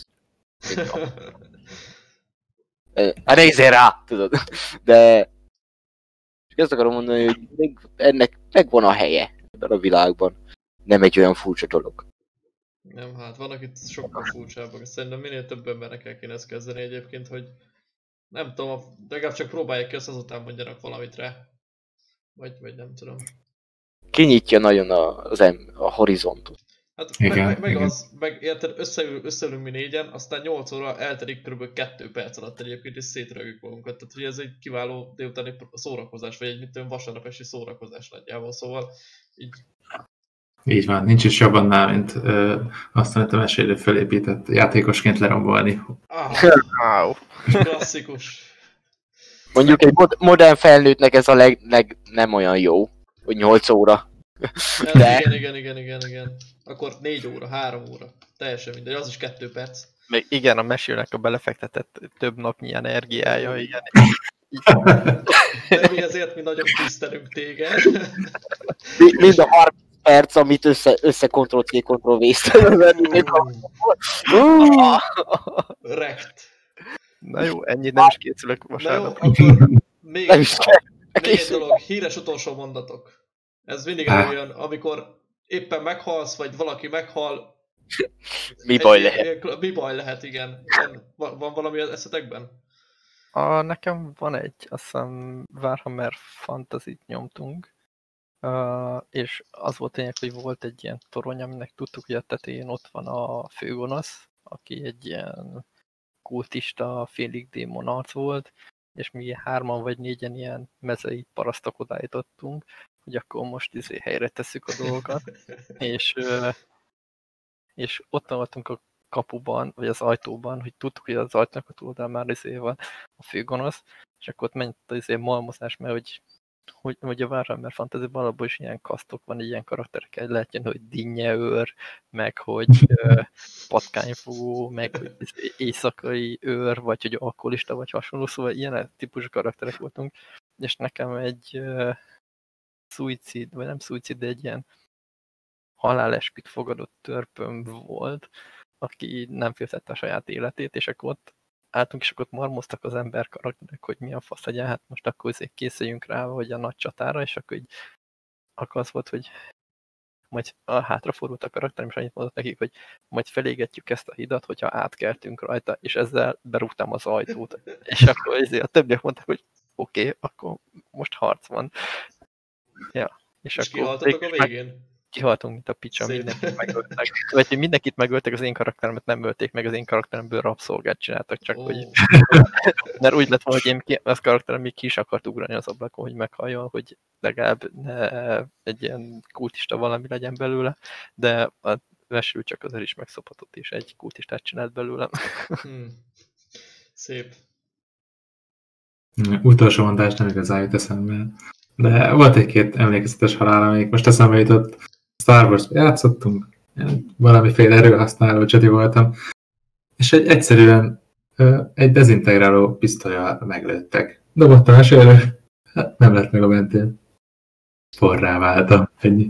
Hát nézzél rá, tudod. De csak ezt akarom mondani, hogy ennek megvan a helye ebben a világban. Nem egy olyan furcsa dolog. Nem, hát vannak itt sokkal furcsábbak. Szerintem minél több embernek el kéne ezt kezdeni egyébként, hogy nem tudom, legalább csak próbálják ki, azt azután mondjanak valamit rá. Vagy nem tudom. Kinyitja nagyon a horizontot. Hát Igen, meg igen. meg érted, összeülünk mi négyen, aztán 8 óra eltelik kb. 2 perc alatt egyébként, és szétrögjük magunkat. Tehát hogy ez egy kiváló délutáni szórakozás, vagy egy mit tudom, vasárnap esti szórakozás nagyjából, szóval így... Így van, nincs is jobb annál, mint azt, amit a mesélő felépített játékosként lerombolni. Wow. Klasszikus. Mondjuk egy modern felnőttnek ez a nem olyan jó, hogy 8 óra. De... Igen. Akkor 4 óra, 3 óra. Teljesen mindegy, az is 2 perc. Még igen, a mesélnek a belefektetett több napnyi energiája, igen. De mi ezért mi nagyon tisztelünk téged. Mind a 30 perc, amit össze Ctrl-C, Ctrl-V-t. Rekt. Na jó, ennyit nem is készülök Na jó, vasárnap. akkor még Nem is kell. egy dolog, híres utolsó mondatok. Ez mindig olyan, amikor éppen meghalsz, vagy valaki meghal. Mi baj lehet? Mi baj lehet, igen. Van valami eszetekben? Nekem van egy, azt hiszem Warhammer Fantasy-t nyomtunk, és az volt tényleg, hogy volt egy ilyen torony, aminek tudtuk, hogy a tetején ott van a főgonosz, aki egy ilyen kultista, félig démon arc volt, és mi 3-an vagy 4-en ilyen mezei parasztok odállítottunk, hogy akkor most helyre tesszük a dolgokat, és ott voltunk a kapuban, vagy az ajtóban, hogy tudtuk, hogy az ajtónak a túloldalán már van a főgonosz, és akkor ott ment az malmozás, mert hogy a Warhammer Fantasy-ban alapból is ilyen kasztok van, ilyen karakterek, lehet jönni, hogy dinnyeőr, meg hogy patkányfogó, meg hogy éjszakai őr, vagy hogy alkoholista, vagy hasonló, szóval ilyen típusú karakterek voltunk, és nekem egy szuicid, vagy nem szuicid, de egy ilyen halálesküt fogadott törpöm volt, aki nem féltette a saját életét, és akkor ott álltunk, és akkor ott marmoztak az ember karakterek, hogy mi a fasz legyen, hát most akkor készüljünk rá, hogy a nagy csatára, és akkor az volt, hogy majd hátrafordult a karakterem, és annyit mondott nekik, hogy majd felégetjük ezt a hidat, hogyha átkeltünk rajta, és ezzel berúgtam az ajtót. És akkor a többiek mondták, hogy oké, akkor most harc van. Ja. És akkor kihaltatok a végén? Kihaltunk, mint a picsa, Szép. mindenkit megöltek. Vagy hogy mindenkit megöltek, az én karakteremet nem ölték meg, az én karakteremből rabszolgát csináltak, csak Ó. hogy... Mert úgy lett volna, hogy az karakterem még ki is akart ugrani az ablakon, hogy meghalljon, hogy legalább ne egy ilyen kultista valami legyen belőle, de a vesül csak azért is megszophatott, és egy kultistát csinált belőlem. Szép. Utolsó mondás nem igazán jut eszembe. De volt egy-két emlékezetes halál, amelyik most eszembe jutott. Star Wars játszottunk, valamiféle erőhasználó Jedi voltam, és egyszerűen egy dezintegráló pisztollyal meglőttek. Dobottam esőre, nem lett meg a mentén. Forrá váltam. Ennyi.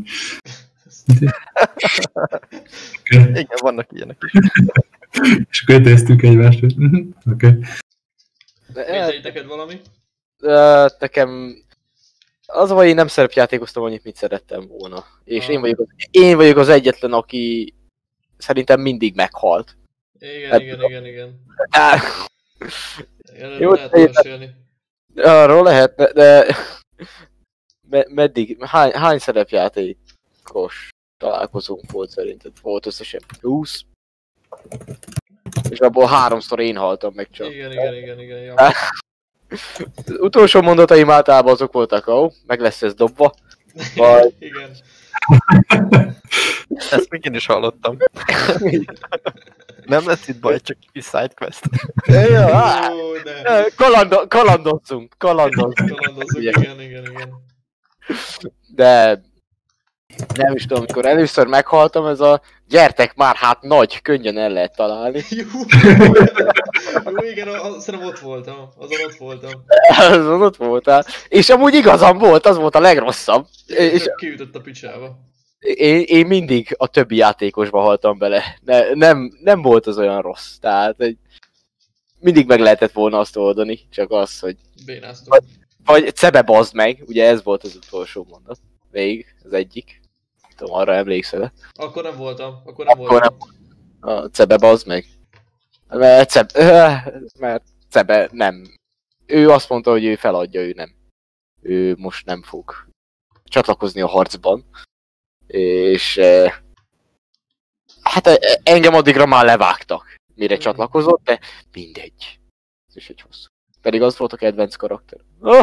Igen, vannak ilyenek is. És akkor idéztünk egymást. Oké. Neked valami? Nekem az a baj, én nem szerepjátékoztam annyit, mit szerettem volna. És Ah. én vagyok az egyetlen, aki szerintem mindig meghalt. Igen. Erről Jó, lehet mesélni. Arról lehet, de meddig, hány szerepjátékos találkozónk volt szerinted? Volt összesen 20. És abból 3-szor én haltam meg csak. Igen. Ja. Az utolsó mondataim általában azok voltak, meg lesz ez dobva. Vagy... Igen. Ezt még én is hallottam. Nem lesz itt baj, csak egy sidequest. Ó, de. Kalandozzunk. Kalandozunk, igen. De nem is tudom, amikor először meghaltam, ez a gyertek már, hát nagy, könnyen el lehet találni. Jó, igen, szerintem ott voltam. Azon ott voltál. És amúgy igazam volt, az volt a legrosszabb. És Kiütött a picsába. én mindig a többi játékosba haltam bele. Nem volt az olyan rossz. Tehát mindig meg lehetett volna azt oldani, csak az, hogy... Bénáztunk. Vagy cebe bazd meg, ugye ez volt az utolsó mondat. Végig, az egyik. Tudom, arra emlékszel. Akkor nem voltam. A cebe bazd meg. Mert cebe nem. Ő azt mondta, hogy ő feladja, ő nem. Ő most nem fog csatlakozni a harcban. És hát engem addigra már levágtak, mire csatlakozott, de mindegy. Ez is egy hosszú. Pedig az volt a kedvenc karakter.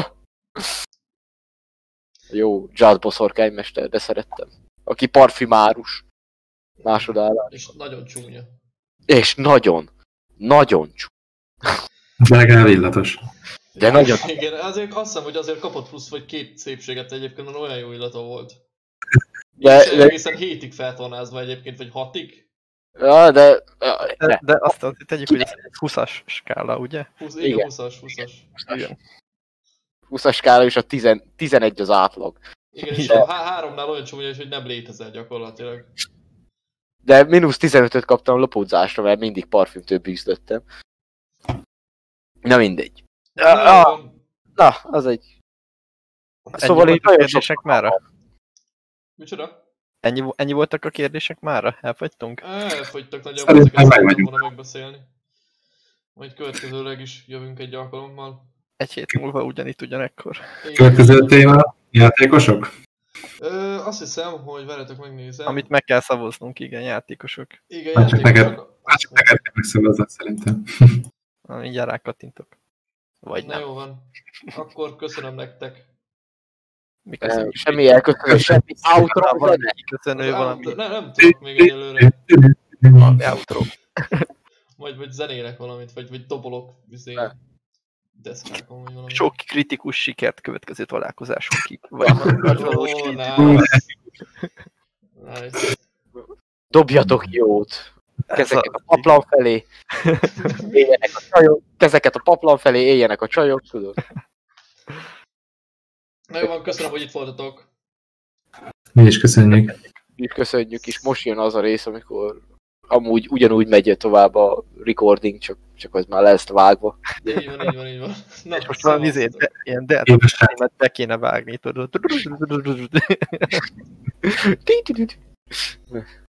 Jó, Jad boszorkánymester, de szerettem. Aki parfümárus. Másodállás. És nagyon csúnya. És nagyon csúnya. De legalább illatos. De nagyon... Igen, azért azt hiszem, hogy azért kapott plusz vagy 2 szépséget egyébként, mert olyan jó illata volt. De Egészen 7-ig feltornázva egyébként, vagy 6-ig? Ja, de azt tegyük, hogy ez 20-as skála, ugye? Igen, 20-as. Igen. 20-as skála és a 11 az átlag. Igen, és a 3-nál olyan csúnya, hogy nem létezel gyakorlatilag. De mínusz 15-öt kaptam lopódzásra, mert mindig parfümtől bűzlöttem. Na mindegy. Na, az egy... Szóval így nagyon sok... kérdések mára? Micsoda? Ennyi voltak a kérdések mára? Elfogytunk? Elfogytak nagyjából, ezeket szeretném volna megbeszélni. Majd következőleg is jövünk egy alkalommal. Egy hét múlva ugyanekkor. Következő téma, játékosok? Azt hiszem, hogy várjátok, megnézem. Amit meg kell szavaznunk, igen, játékosok. Igen, Csak neked kell megszavazni szerintem. Mindjárt rákattintok. Vagy Na nem. jó van. Akkor köszönöm nektek. Mi köszönjük. Semmi elköszönő, semmi outro, Van egy kiköszönő valami. Nem tudok még egyelőre. Valami outro. Vagy zenélek valamit, vagy dobolok deszkákon, vagy valami. Sok kritikus sikert következő találkozásunkig. Vagy nice. Dobjatok jót. Kezeket a paplan felé. Éljenek a csajok. Kezeket a paplan felé, éljenek a csajok, tudod. Na jó van, köszönöm, hogy itt voltatok. Mi is köszönjük. Mi is köszönjük, és most jön az a rész, amikor amúgy ugyanúgy megy tovább a recording, csak az már lesz vágva. Így van. Na, és most valami ilyen delta be kéne vágni, tudod.